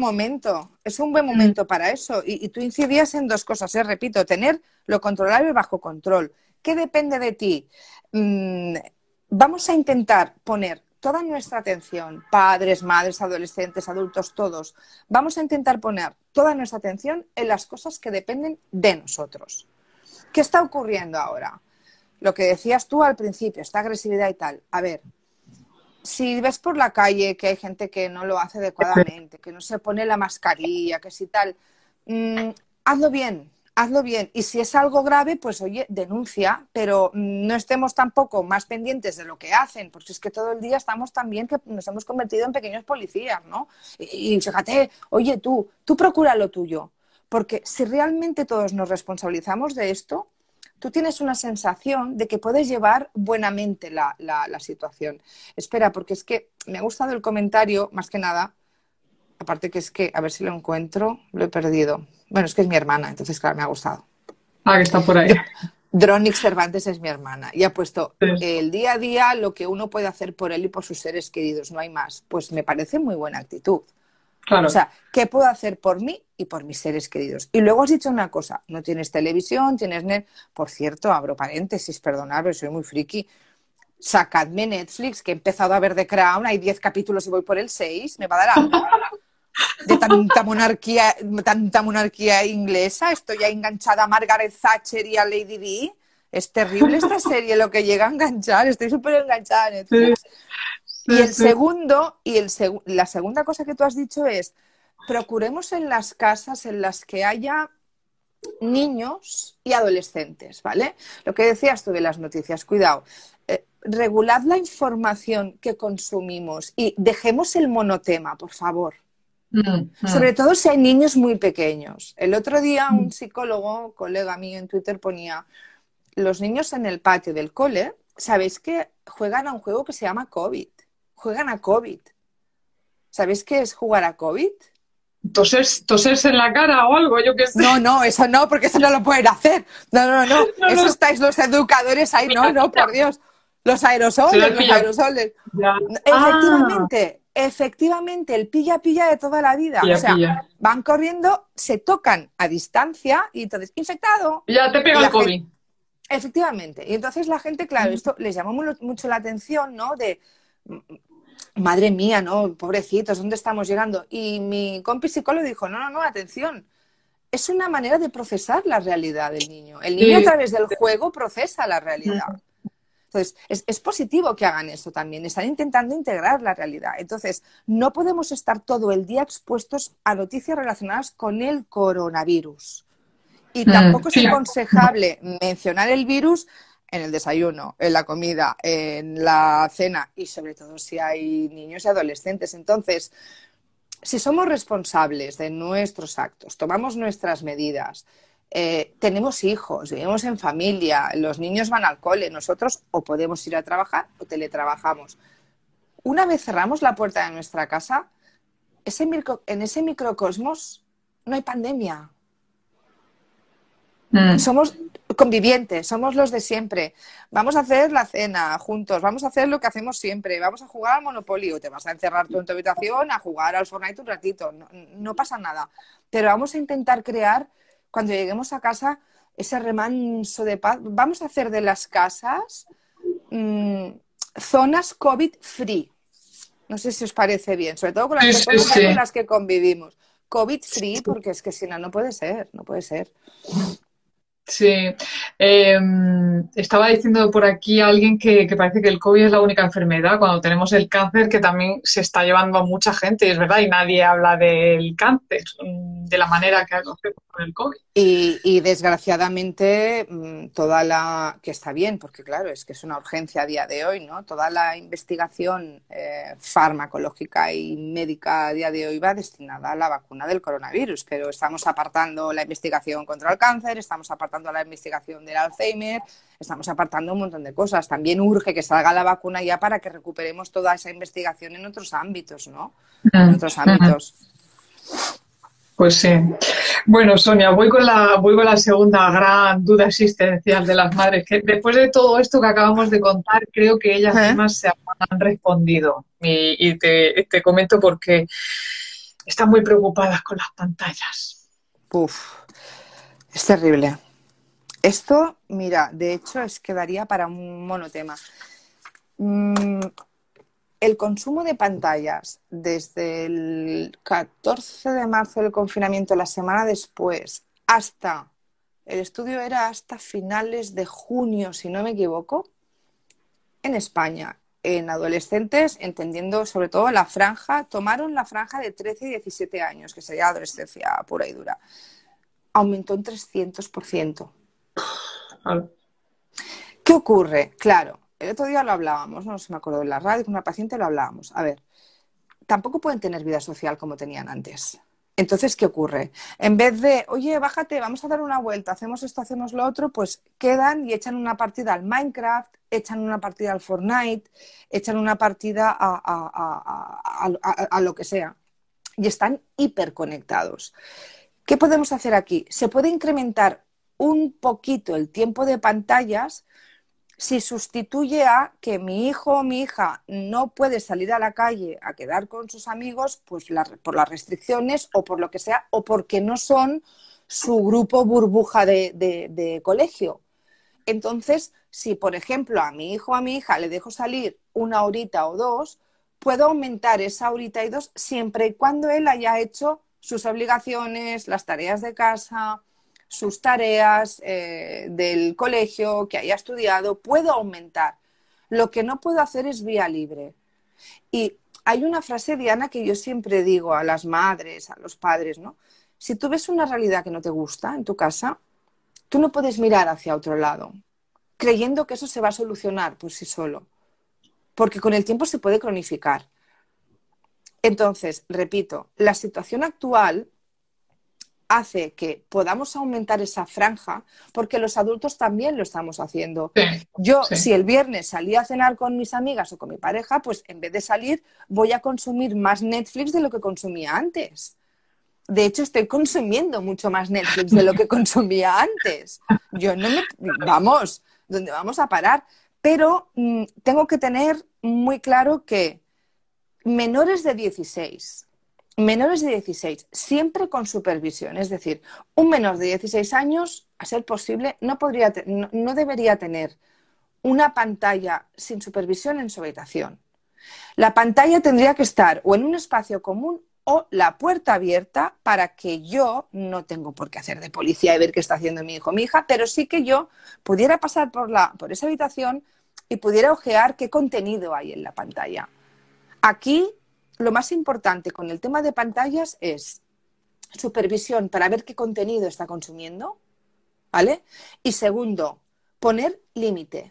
es un buen momento para eso. Y tú incidías en dos cosas, repito, tener lo controlable bajo control. ¿Qué depende de ti? Vamos a intentar poner toda nuestra atención, padres, madres, adolescentes, adultos, todos, vamos a intentar poner toda nuestra atención en las cosas que dependen de nosotros. ¿Qué está ocurriendo ahora? Lo que decías tú al principio, esta agresividad y tal. A ver, si ves por la calle que hay gente que no lo hace adecuadamente, que no se pone la mascarilla, que si tal, hazlo bien, hazlo bien. Y si es algo grave, pues oye, denuncia, pero no estemos tampoco más pendientes de lo que hacen, porque es que todo el día estamos tan bien que nos hemos convertido en pequeños policías, ¿no? Y fíjate, oye, tú procura lo tuyo, porque si realmente todos nos responsabilizamos de esto, tú tienes una sensación de que puedes llevar buenamente la situación. Espera, porque es que me ha gustado el comentario, más que nada, aparte que es que, a ver si lo encuentro, lo he perdido. Bueno, es que es mi hermana, entonces claro, me ha gustado. Ah, que está por ahí. Dronix Cervantes es mi hermana y ha puesto Sí. el día a día lo que uno puede hacer por él y por sus seres queridos, no hay más. Pues me parece muy buena actitud. Claro. O sea, ¿qué puedo hacer por mí y por mis seres queridos? Y luego has dicho una cosa, no tienes televisión, tienes net. Por cierto, abro paréntesis, perdonadme, soy muy friki. Sacadme Netflix, que he empezado a ver The Crown, hay 10 capítulos y voy por el 6, me va a dar algo. De tanta monarquía inglesa, estoy ya enganchada a Margaret Thatcher y a Lady Di. Es terrible esta serie, lo que llega a enganchar, estoy súper enganchada a Netflix. Sí, Y sí. la segunda cosa que tú has dicho es, procuremos en las casas en las que haya niños y adolescentes, ¿vale? Lo que decías tú de las noticias, cuidado. regulad la información que consumimos y dejemos el monotema, por favor. Sobre todo si hay niños muy pequeños. El otro día un psicólogo, colega mío en Twitter, ponía: los niños en el patio del cole, ¿sabéis que juegan a un juego que se llama COVID? Juegan a COVID. ¿Sabéis qué es jugar a COVID? Toserse en la cara o algo, yo qué sé. No, eso no, porque eso no lo pueden hacer. No. Eso estáis los educadores ahí. No, por Dios. Los aerosoles. Efectivamente, el pilla de toda la vida. Pilla. Van corriendo, se tocan a distancia y entonces, infectado. Ya te pega el COVID. Efectivamente. Y entonces la gente, claro, esto les llamó mucho la atención, ¿no? De, madre mía, ¿no? Pobrecitos, ¿dónde estamos llegando? Y mi compi psicólogo dijo: no, atención. Es una manera de procesar la realidad del niño. El niño a través del juego procesa la realidad. Entonces, es positivo que hagan eso también. Están intentando integrar la realidad. Entonces, no podemos estar todo el día expuestos a noticias relacionadas con el coronavirus. Y tampoco es aconsejable mencionar el virus en el desayuno, en la comida, en la cena y sobre todo si hay niños y adolescentes. Entonces, si somos responsables de nuestros actos, tomamos nuestras medidas, tenemos hijos, vivimos en familia, los niños van al cole, nosotros o podemos ir a trabajar o teletrabajamos. Una vez cerramos la puerta de nuestra casa, en ese microcosmos no hay pandemia. Somos convivientes, somos los de siempre. Vamos a hacer la cena juntos, vamos a hacer lo que hacemos siempre, vamos a jugar al Monopoly o te vas a encerrar tú en tu habitación a jugar al Fortnite un ratito. No pasa nada. Pero vamos a intentar crear, cuando lleguemos a casa, ese remanso de paz. Vamos a hacer de las casas zonas COVID-free. No sé si os parece bien, sobre todo con las personas con las que convivimos. COVID-free, porque es que si no puede ser, no puede ser. Sí, estaba diciendo por aquí alguien que parece que el COVID es la única enfermedad cuando tenemos el cáncer que también se está llevando a mucha gente, y es verdad, y nadie habla del cáncer de la manera que hacemos con el COVID. Y desgraciadamente que está bien, porque claro, es que es una urgencia a día de hoy, ¿no? Toda la investigación farmacológica y médica a día de hoy va destinada a la vacuna del coronavirus, pero estamos apartando la investigación contra el cáncer, estamos apartando la investigación del Alzheimer, estamos apartando un montón de cosas. También urge que salga la vacuna ya para que recuperemos toda esa investigación en otros ámbitos, ¿no? En otros ámbitos. Pues sí. Bueno, Sonia, voy con la segunda gran duda existencial de las madres, que después de todo esto que acabamos de contar, creo que ellas mismas se han respondido. Y te comento porque están muy preocupadas con las pantallas. Es terrible. Esto, mira, de hecho es que daría para un monotema. El consumo de pantallas desde el 14 de marzo del confinamiento, la semana después, el estudio era hasta finales de junio, si no me equivoco, en España, en adolescentes, entendiendo sobre todo tomaron la franja de 13 y 17 años, que sería adolescencia pura y dura. Aumentó un 300%. ¿Qué ocurre? Claro, el otro día lo hablábamos, no sé si me acuerdo, en la radio con una paciente lo hablábamos. A ver, tampoco pueden tener vida social como tenían antes. Entonces, ¿qué ocurre? En vez de, oye, bájate, vamos a dar una vuelta, hacemos esto, hacemos lo otro, pues quedan y echan una partida al Minecraft, echan una partida al Fortnite, echan una partida a lo que sea. Y están hiperconectados. ¿Qué podemos hacer aquí? Se puede incrementar un poquito el tiempo de pantallas si sustituye a que mi hijo o mi hija no puede salir a la calle a quedar con sus amigos pues por las restricciones o por lo que sea, o porque no son su grupo burbuja de colegio. Entonces, si por ejemplo a mi hijo o a mi hija le dejo salir 1 horita o 2, puedo aumentar esa horita y 2 siempre y cuando él haya hecho sus obligaciones, las tareas de casa, sus tareas del colegio, que haya estudiado, puedo aumentar. Lo que no puedo hacer es vía libre. Y hay una frase, Diana, que yo siempre digo a las madres, a los padres, ¿no? Si tú ves una realidad que no te gusta en tu casa, tú no puedes mirar hacia otro lado. creyendo que eso se va a solucionar por sí solo, porque con el tiempo se puede cronificar. Entonces, repito, la situación actual hace que podamos aumentar esa franja porque los adultos también lo estamos haciendo. Sí, Yo, sí. si el viernes salí a cenar con mis amigas o con mi pareja, pues en vez de salir voy a consumir más Netflix de lo que consumía antes. De hecho, estoy consumiendo mucho más Netflix de lo que consumía antes. Yo no me... Vamos, ¿dónde vamos a parar? Pero tengo que tener muy claro que menores de 16, siempre con supervisión. Es decir, un menor de 16 años, a ser posible, no debería tener una pantalla sin supervisión en su habitación. La pantalla tendría que estar o en un espacio común o la puerta abierta para que yo, no tengo por qué hacer de policía y ver qué está haciendo mi hijo o mi hija, pero sí que yo pudiera pasar por esa habitación y pudiera ojear qué contenido hay en la pantalla. Aquí lo más importante con el tema de pantallas es supervisión para ver qué contenido está consumiendo, ¿vale? Y segundo, poner límite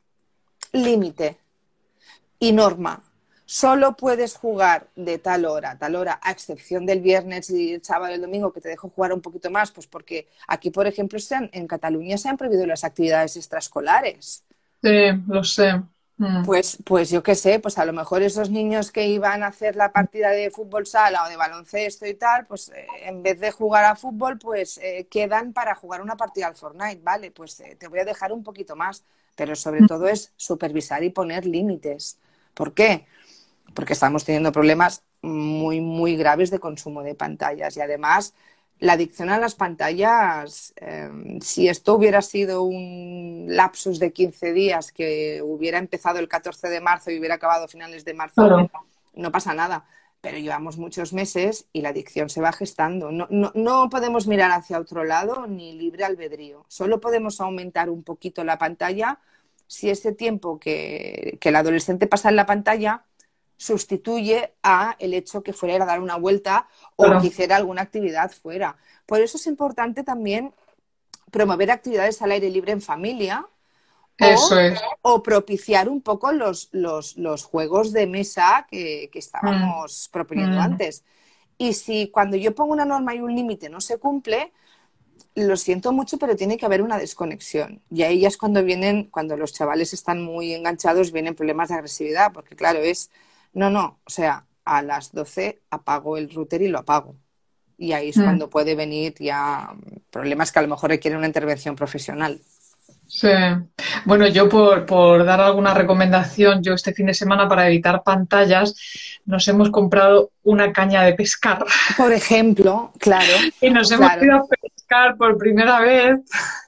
y norma. Solo puedes jugar de tal hora, a excepción del viernes y el sábado y el domingo, que te dejo jugar un poquito más, pues porque aquí, por ejemplo, en Cataluña se han prohibido las actividades extraescolares. Sí, lo sé. Pues yo qué sé, pues a lo mejor esos niños que iban a hacer la partida de fútbol sala o de baloncesto y tal, pues en vez de jugar a fútbol, pues quedan para jugar una partida al Fortnite, ¿vale? Pues te voy a dejar un poquito más, pero sobre todo es supervisar y poner límites. ¿Por qué? Porque estamos teniendo problemas muy, muy graves de consumo de pantallas y además la adicción a las pantallas, si esto hubiera sido un lapsus de 15 días que hubiera empezado el 14 de marzo y hubiera acabado a finales de marzo, claro, no pasa nada. Pero llevamos muchos meses y la adicción se va gestando. No podemos mirar hacia otro lado ni libre albedrío. Solo podemos aumentar un poquito la pantalla si ese tiempo que el adolescente pasa en la pantalla sustituye a el hecho que fuera a dar una vuelta o claro, que hiciera alguna actividad fuera. Por eso es importante también promover actividades al aire libre en familia o propiciar un poco los juegos de mesa que estábamos proponiendo antes. Y si cuando yo pongo una norma y un límite no se cumple, lo siento mucho, pero tiene que haber una desconexión. Y ahí ya es cuando los chavales están muy enganchados, vienen problemas de agresividad, porque claro, o sea, a las 12 apago el router y lo apago. Y ahí es cuando puede venir ya problemas que a lo mejor requieren una intervención profesional. Sí. Bueno, yo por dar alguna recomendación, yo este fin de semana para evitar pantallas nos hemos comprado una caña de pescar. Por ejemplo, claro. Y nos hemos ido a pescar por primera vez.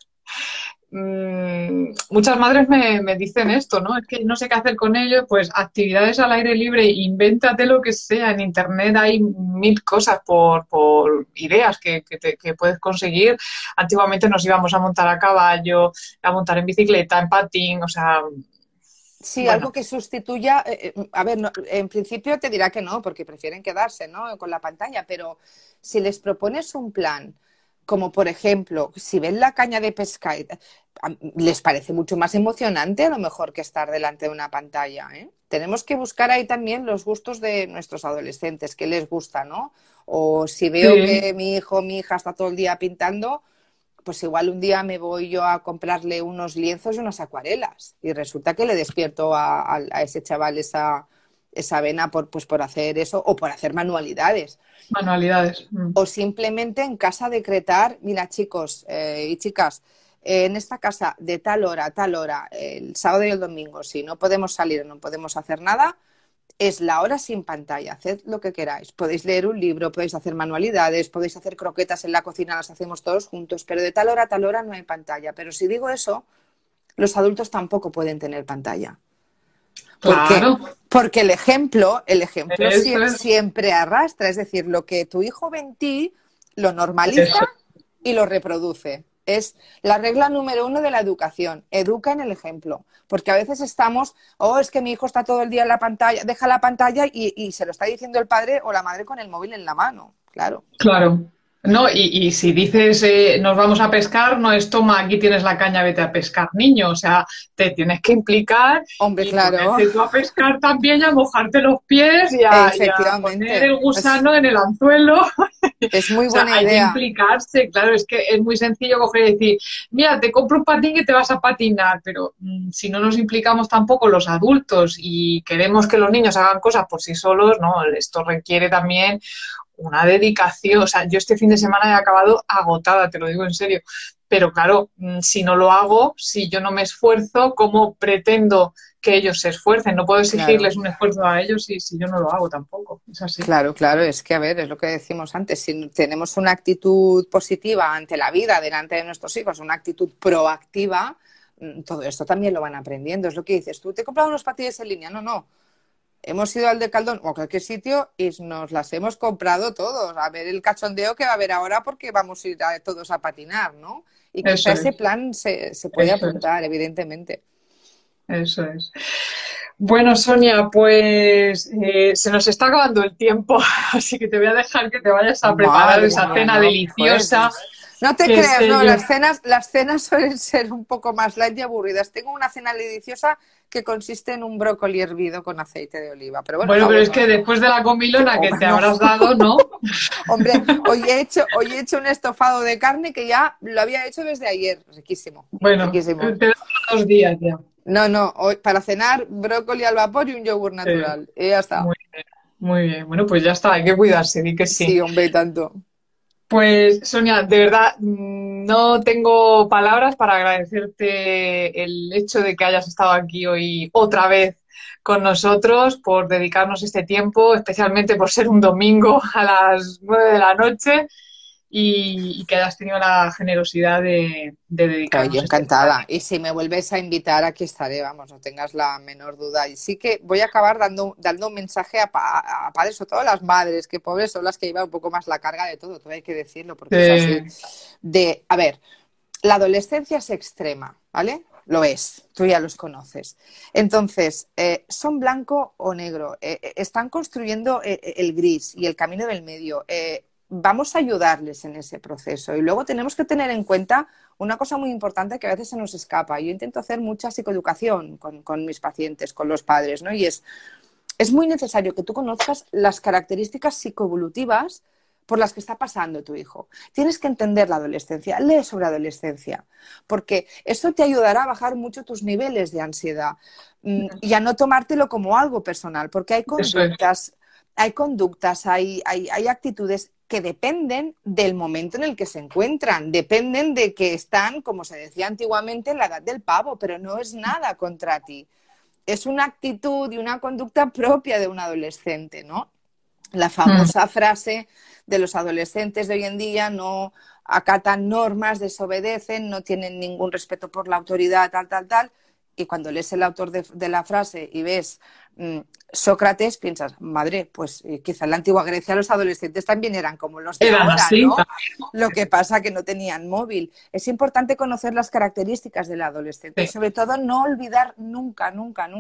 Muchas madres me dicen esto, ¿no? Es que no sé qué hacer con ello, pues actividades al aire libre, invéntate lo que sea, en internet hay 1000 cosas por ideas que puedes conseguir. Antiguamente nos íbamos a montar a caballo, a montar en bicicleta, en patín, o sea... Sí, bueno, algo que sustituya, a ver, en principio te dirá que no, porque prefieren quedarse, ¿no?, con la pantalla, pero si les propones un plan, como por ejemplo, si ven la caña de pescar, les parece mucho más emocionante a lo mejor que estar delante de una pantalla, ¿eh? Tenemos que buscar ahí también los gustos de nuestros adolescentes, qué les gusta, ¿no? O si veo que mi hijo o mi hija está todo el día pintando, pues igual un día me voy yo a comprarle unos lienzos y unas acuarelas y resulta que le despierto a ese chaval esa vena por hacer eso o por hacer manualidades. O simplemente en casa decretar, mira chicos y chicas, en esta casa de tal hora a tal hora, el sábado y el domingo, si no podemos salir o no podemos hacer nada, es la hora sin pantalla, haced lo que queráis. Podéis leer un libro, podéis hacer manualidades, podéis hacer croquetas en la cocina, las hacemos todos juntos, pero de tal hora a tal hora no hay pantalla. Pero si digo eso, los adultos tampoco pueden tener pantalla. Claro. Porque el ejemplo siempre arrastra, es decir, lo que tu hijo ve en ti lo normaliza y lo reproduce. Es la regla número 1 de la educación, educa en el ejemplo, porque a veces estamos, es que mi hijo está todo el día en la pantalla, deja la pantalla y se lo está diciendo el padre o la madre con el móvil en la mano, claro. Claro. No, y si dices nos vamos a pescar, no es toma, aquí tienes la caña, vete a pescar, niño. O sea, te tienes que implicar Hombre, y claro. ponerte tú a pescar también y a mojarte los pies y a poner el gusano en el anzuelo. Es muy buena hay idea. que implicarse, claro, es que es muy sencillo coger y decir, mira, te compro un patín y te vas a patinar, pero si no nos implicamos tampoco los adultos y queremos que los niños hagan cosas por sí solos, no, esto requiere también una dedicación. O sea, yo este fin de semana he acabado agotada, te lo digo en serio. Pero claro, si no lo hago, si yo no me esfuerzo, ¿cómo pretendo que ellos se esfuercen? No puedo exigirles un esfuerzo a ellos si yo no lo hago tampoco. Es así. Claro, es que, a ver, es lo que decimos antes. Si tenemos una actitud positiva ante la vida, delante de nuestros hijos, una actitud proactiva, todo esto también lo van aprendiendo. Es lo que dices, tú te he comprado unos patines en línea. No. Hemos ido al Decathlon o a cualquier sitio y nos las hemos comprado todos. A ver el cachondeo que va a haber ahora porque vamos a ir todos a patinar, ¿no? Y que ese plan se puede apuntar, evidentemente. Eso es. Bueno, Sonia, pues se nos está acabando el tiempo, así que te voy a dejar que te vayas a preparar esa cena deliciosa. No te creas, no, las cenas suelen ser un poco más light y aburridas. Tengo una cena deliciosa que consiste en un brócoli hervido con aceite de oliva. Pero bueno, es que después de la comilona que te habrás dado, ¿no? Hombre, hoy he hecho un estofado de carne que ya lo había hecho desde ayer. Riquísimo. Bueno, riquísimo. Te das 2 días ya. No, hoy, para cenar brócoli al vapor y un yogur natural. Y ya está. Muy bien. Bueno, pues ya está, hay que cuidarse, di que sí. Sí, hombre, y tanto. Pues, Sonia, de verdad, no tengo palabras para agradecerte el hecho de que hayas estado aquí hoy otra vez con nosotros, por dedicarnos este tiempo, especialmente por ser un domingo a las 9 de la noche y que hayas tenido la generosidad de dedicarnos. Yo encantada. Y si me vuelves a invitar, aquí estaré, vamos, no tengas la menor duda. Y sí que voy a acabar dando un mensaje a padres, sobre todo a las madres, que pobres son las que llevan un poco más la carga de todo hay que decirlo, porque es así. A ver, la adolescencia es extrema, ¿vale? Lo es, tú ya los conoces. Entonces, son blanco o negro, están construyendo el gris y el camino del medio. Vamos a ayudarles en ese proceso. Y luego tenemos que tener en cuenta una cosa muy importante que a veces se nos escapa. Yo intento hacer mucha psicoeducación con mis pacientes, con los padres, ¿no? Y es muy necesario que tú conozcas las características psicoevolutivas por las que está pasando tu hijo. Tienes que entender la adolescencia, lee sobre adolescencia, porque eso te ayudará a bajar mucho tus niveles de ansiedad y a no tomártelo como algo personal, porque hay conductas, hay actitudes que dependen del momento en el que se encuentran, dependen de que están, como se decía antiguamente, en la edad del pavo, pero no es nada contra ti. Es una actitud y una conducta propia de un adolescente, ¿no? La famosa frase de los adolescentes de hoy en día: no acatan normas, desobedecen, no tienen ningún respeto por la autoridad, tal. Y cuando lees el autor de la frase y ves Sócrates, piensas, madre, pues quizá en la antigua Grecia los adolescentes también eran como los de ahora, así, ¿no? Lo que pasa que no tenían móvil. Es importante conocer las características del adolescente y sobre todo no olvidar nunca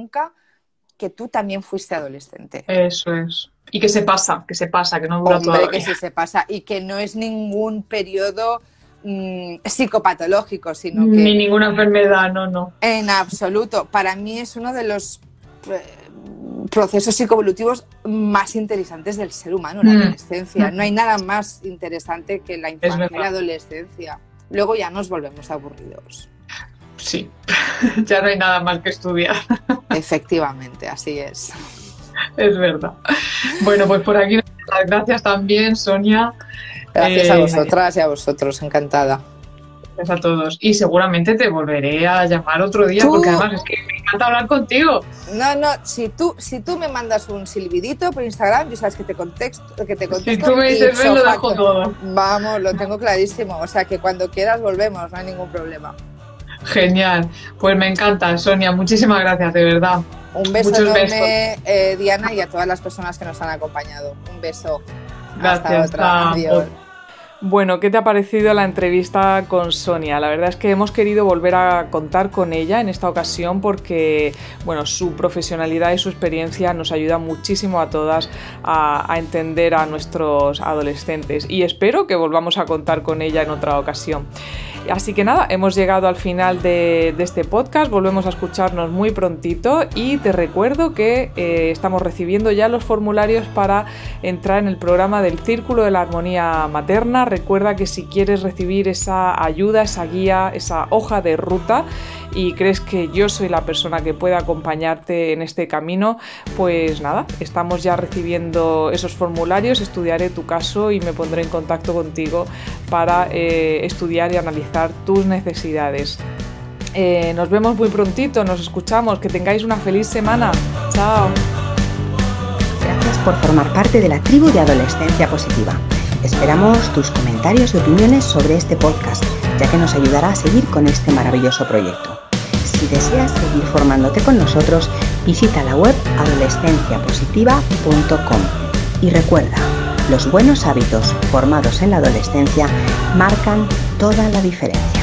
que tú también fuiste adolescente. Eso es. Y que se pasa, que no dura toda la vida. Que sí se pasa y que no es ningún periodo psicopatológico, sino que... Ni ninguna enfermedad, no. En absoluto. Para mí es uno de los procesos psicoevolutivos más interesantes del ser humano, la adolescencia. No hay nada más interesante que la infancia y la adolescencia. Luego ya nos volvemos aburridos. Sí, ya no hay nada más que estudiar. Efectivamente, así es. Es verdad. Bueno, pues por aquí las gracias también, Sonia. Gracias a vosotras y a vosotros, encantada. Gracias a todos. Y seguramente te volveré a llamar otro día, porque además es que me encanta hablar contigo. No, si tú me mandas un silbidito por Instagram, ya sabes que te contesto. Si tú me dices ven, lo dejo todo. Vamos, lo tengo clarísimo. O sea que cuando quieras volvemos, no hay ningún problema. Genial. Pues me encanta, Sonia. Muchísimas gracias, de verdad. Un beso enorme, Diana, y a todas las personas que nos han acompañado. Un beso. Gracias. Hasta otra. Adiós. Bueno, ¿qué te ha parecido la entrevista con Sonia? La verdad es que hemos querido volver a contar con ella en esta ocasión porque, bueno, su profesionalidad y su experiencia nos ayuda muchísimo a todas a entender a nuestros adolescentes y espero que volvamos a contar con ella en otra ocasión. Así que nada, hemos llegado al final de este podcast, volvemos a escucharnos muy prontito y te recuerdo que estamos recibiendo ya los formularios para entrar en el programa del Círculo de la Armonía Materna. Recuerda que si quieres recibir esa ayuda, esa guía, esa hoja de ruta y crees que yo soy la persona que puede acompañarte en este camino, pues nada, estamos ya recibiendo esos formularios, estudiaré tu caso y me pondré en contacto contigo para estudiar y analizar tus necesidades. Nos vemos muy prontito, nos escuchamos, que tengáis una feliz semana. Chao. Gracias por formar parte de la tribu de Adolescencia Positiva. Esperamos tus comentarios y opiniones sobre este podcast, ya que nos ayudará a seguir con este maravilloso proyecto. Si deseas seguir formándote con nosotros, visita la web adolescenciapositiva.com y recuerda, los buenos hábitos formados en la adolescencia marcan toda la diferencia.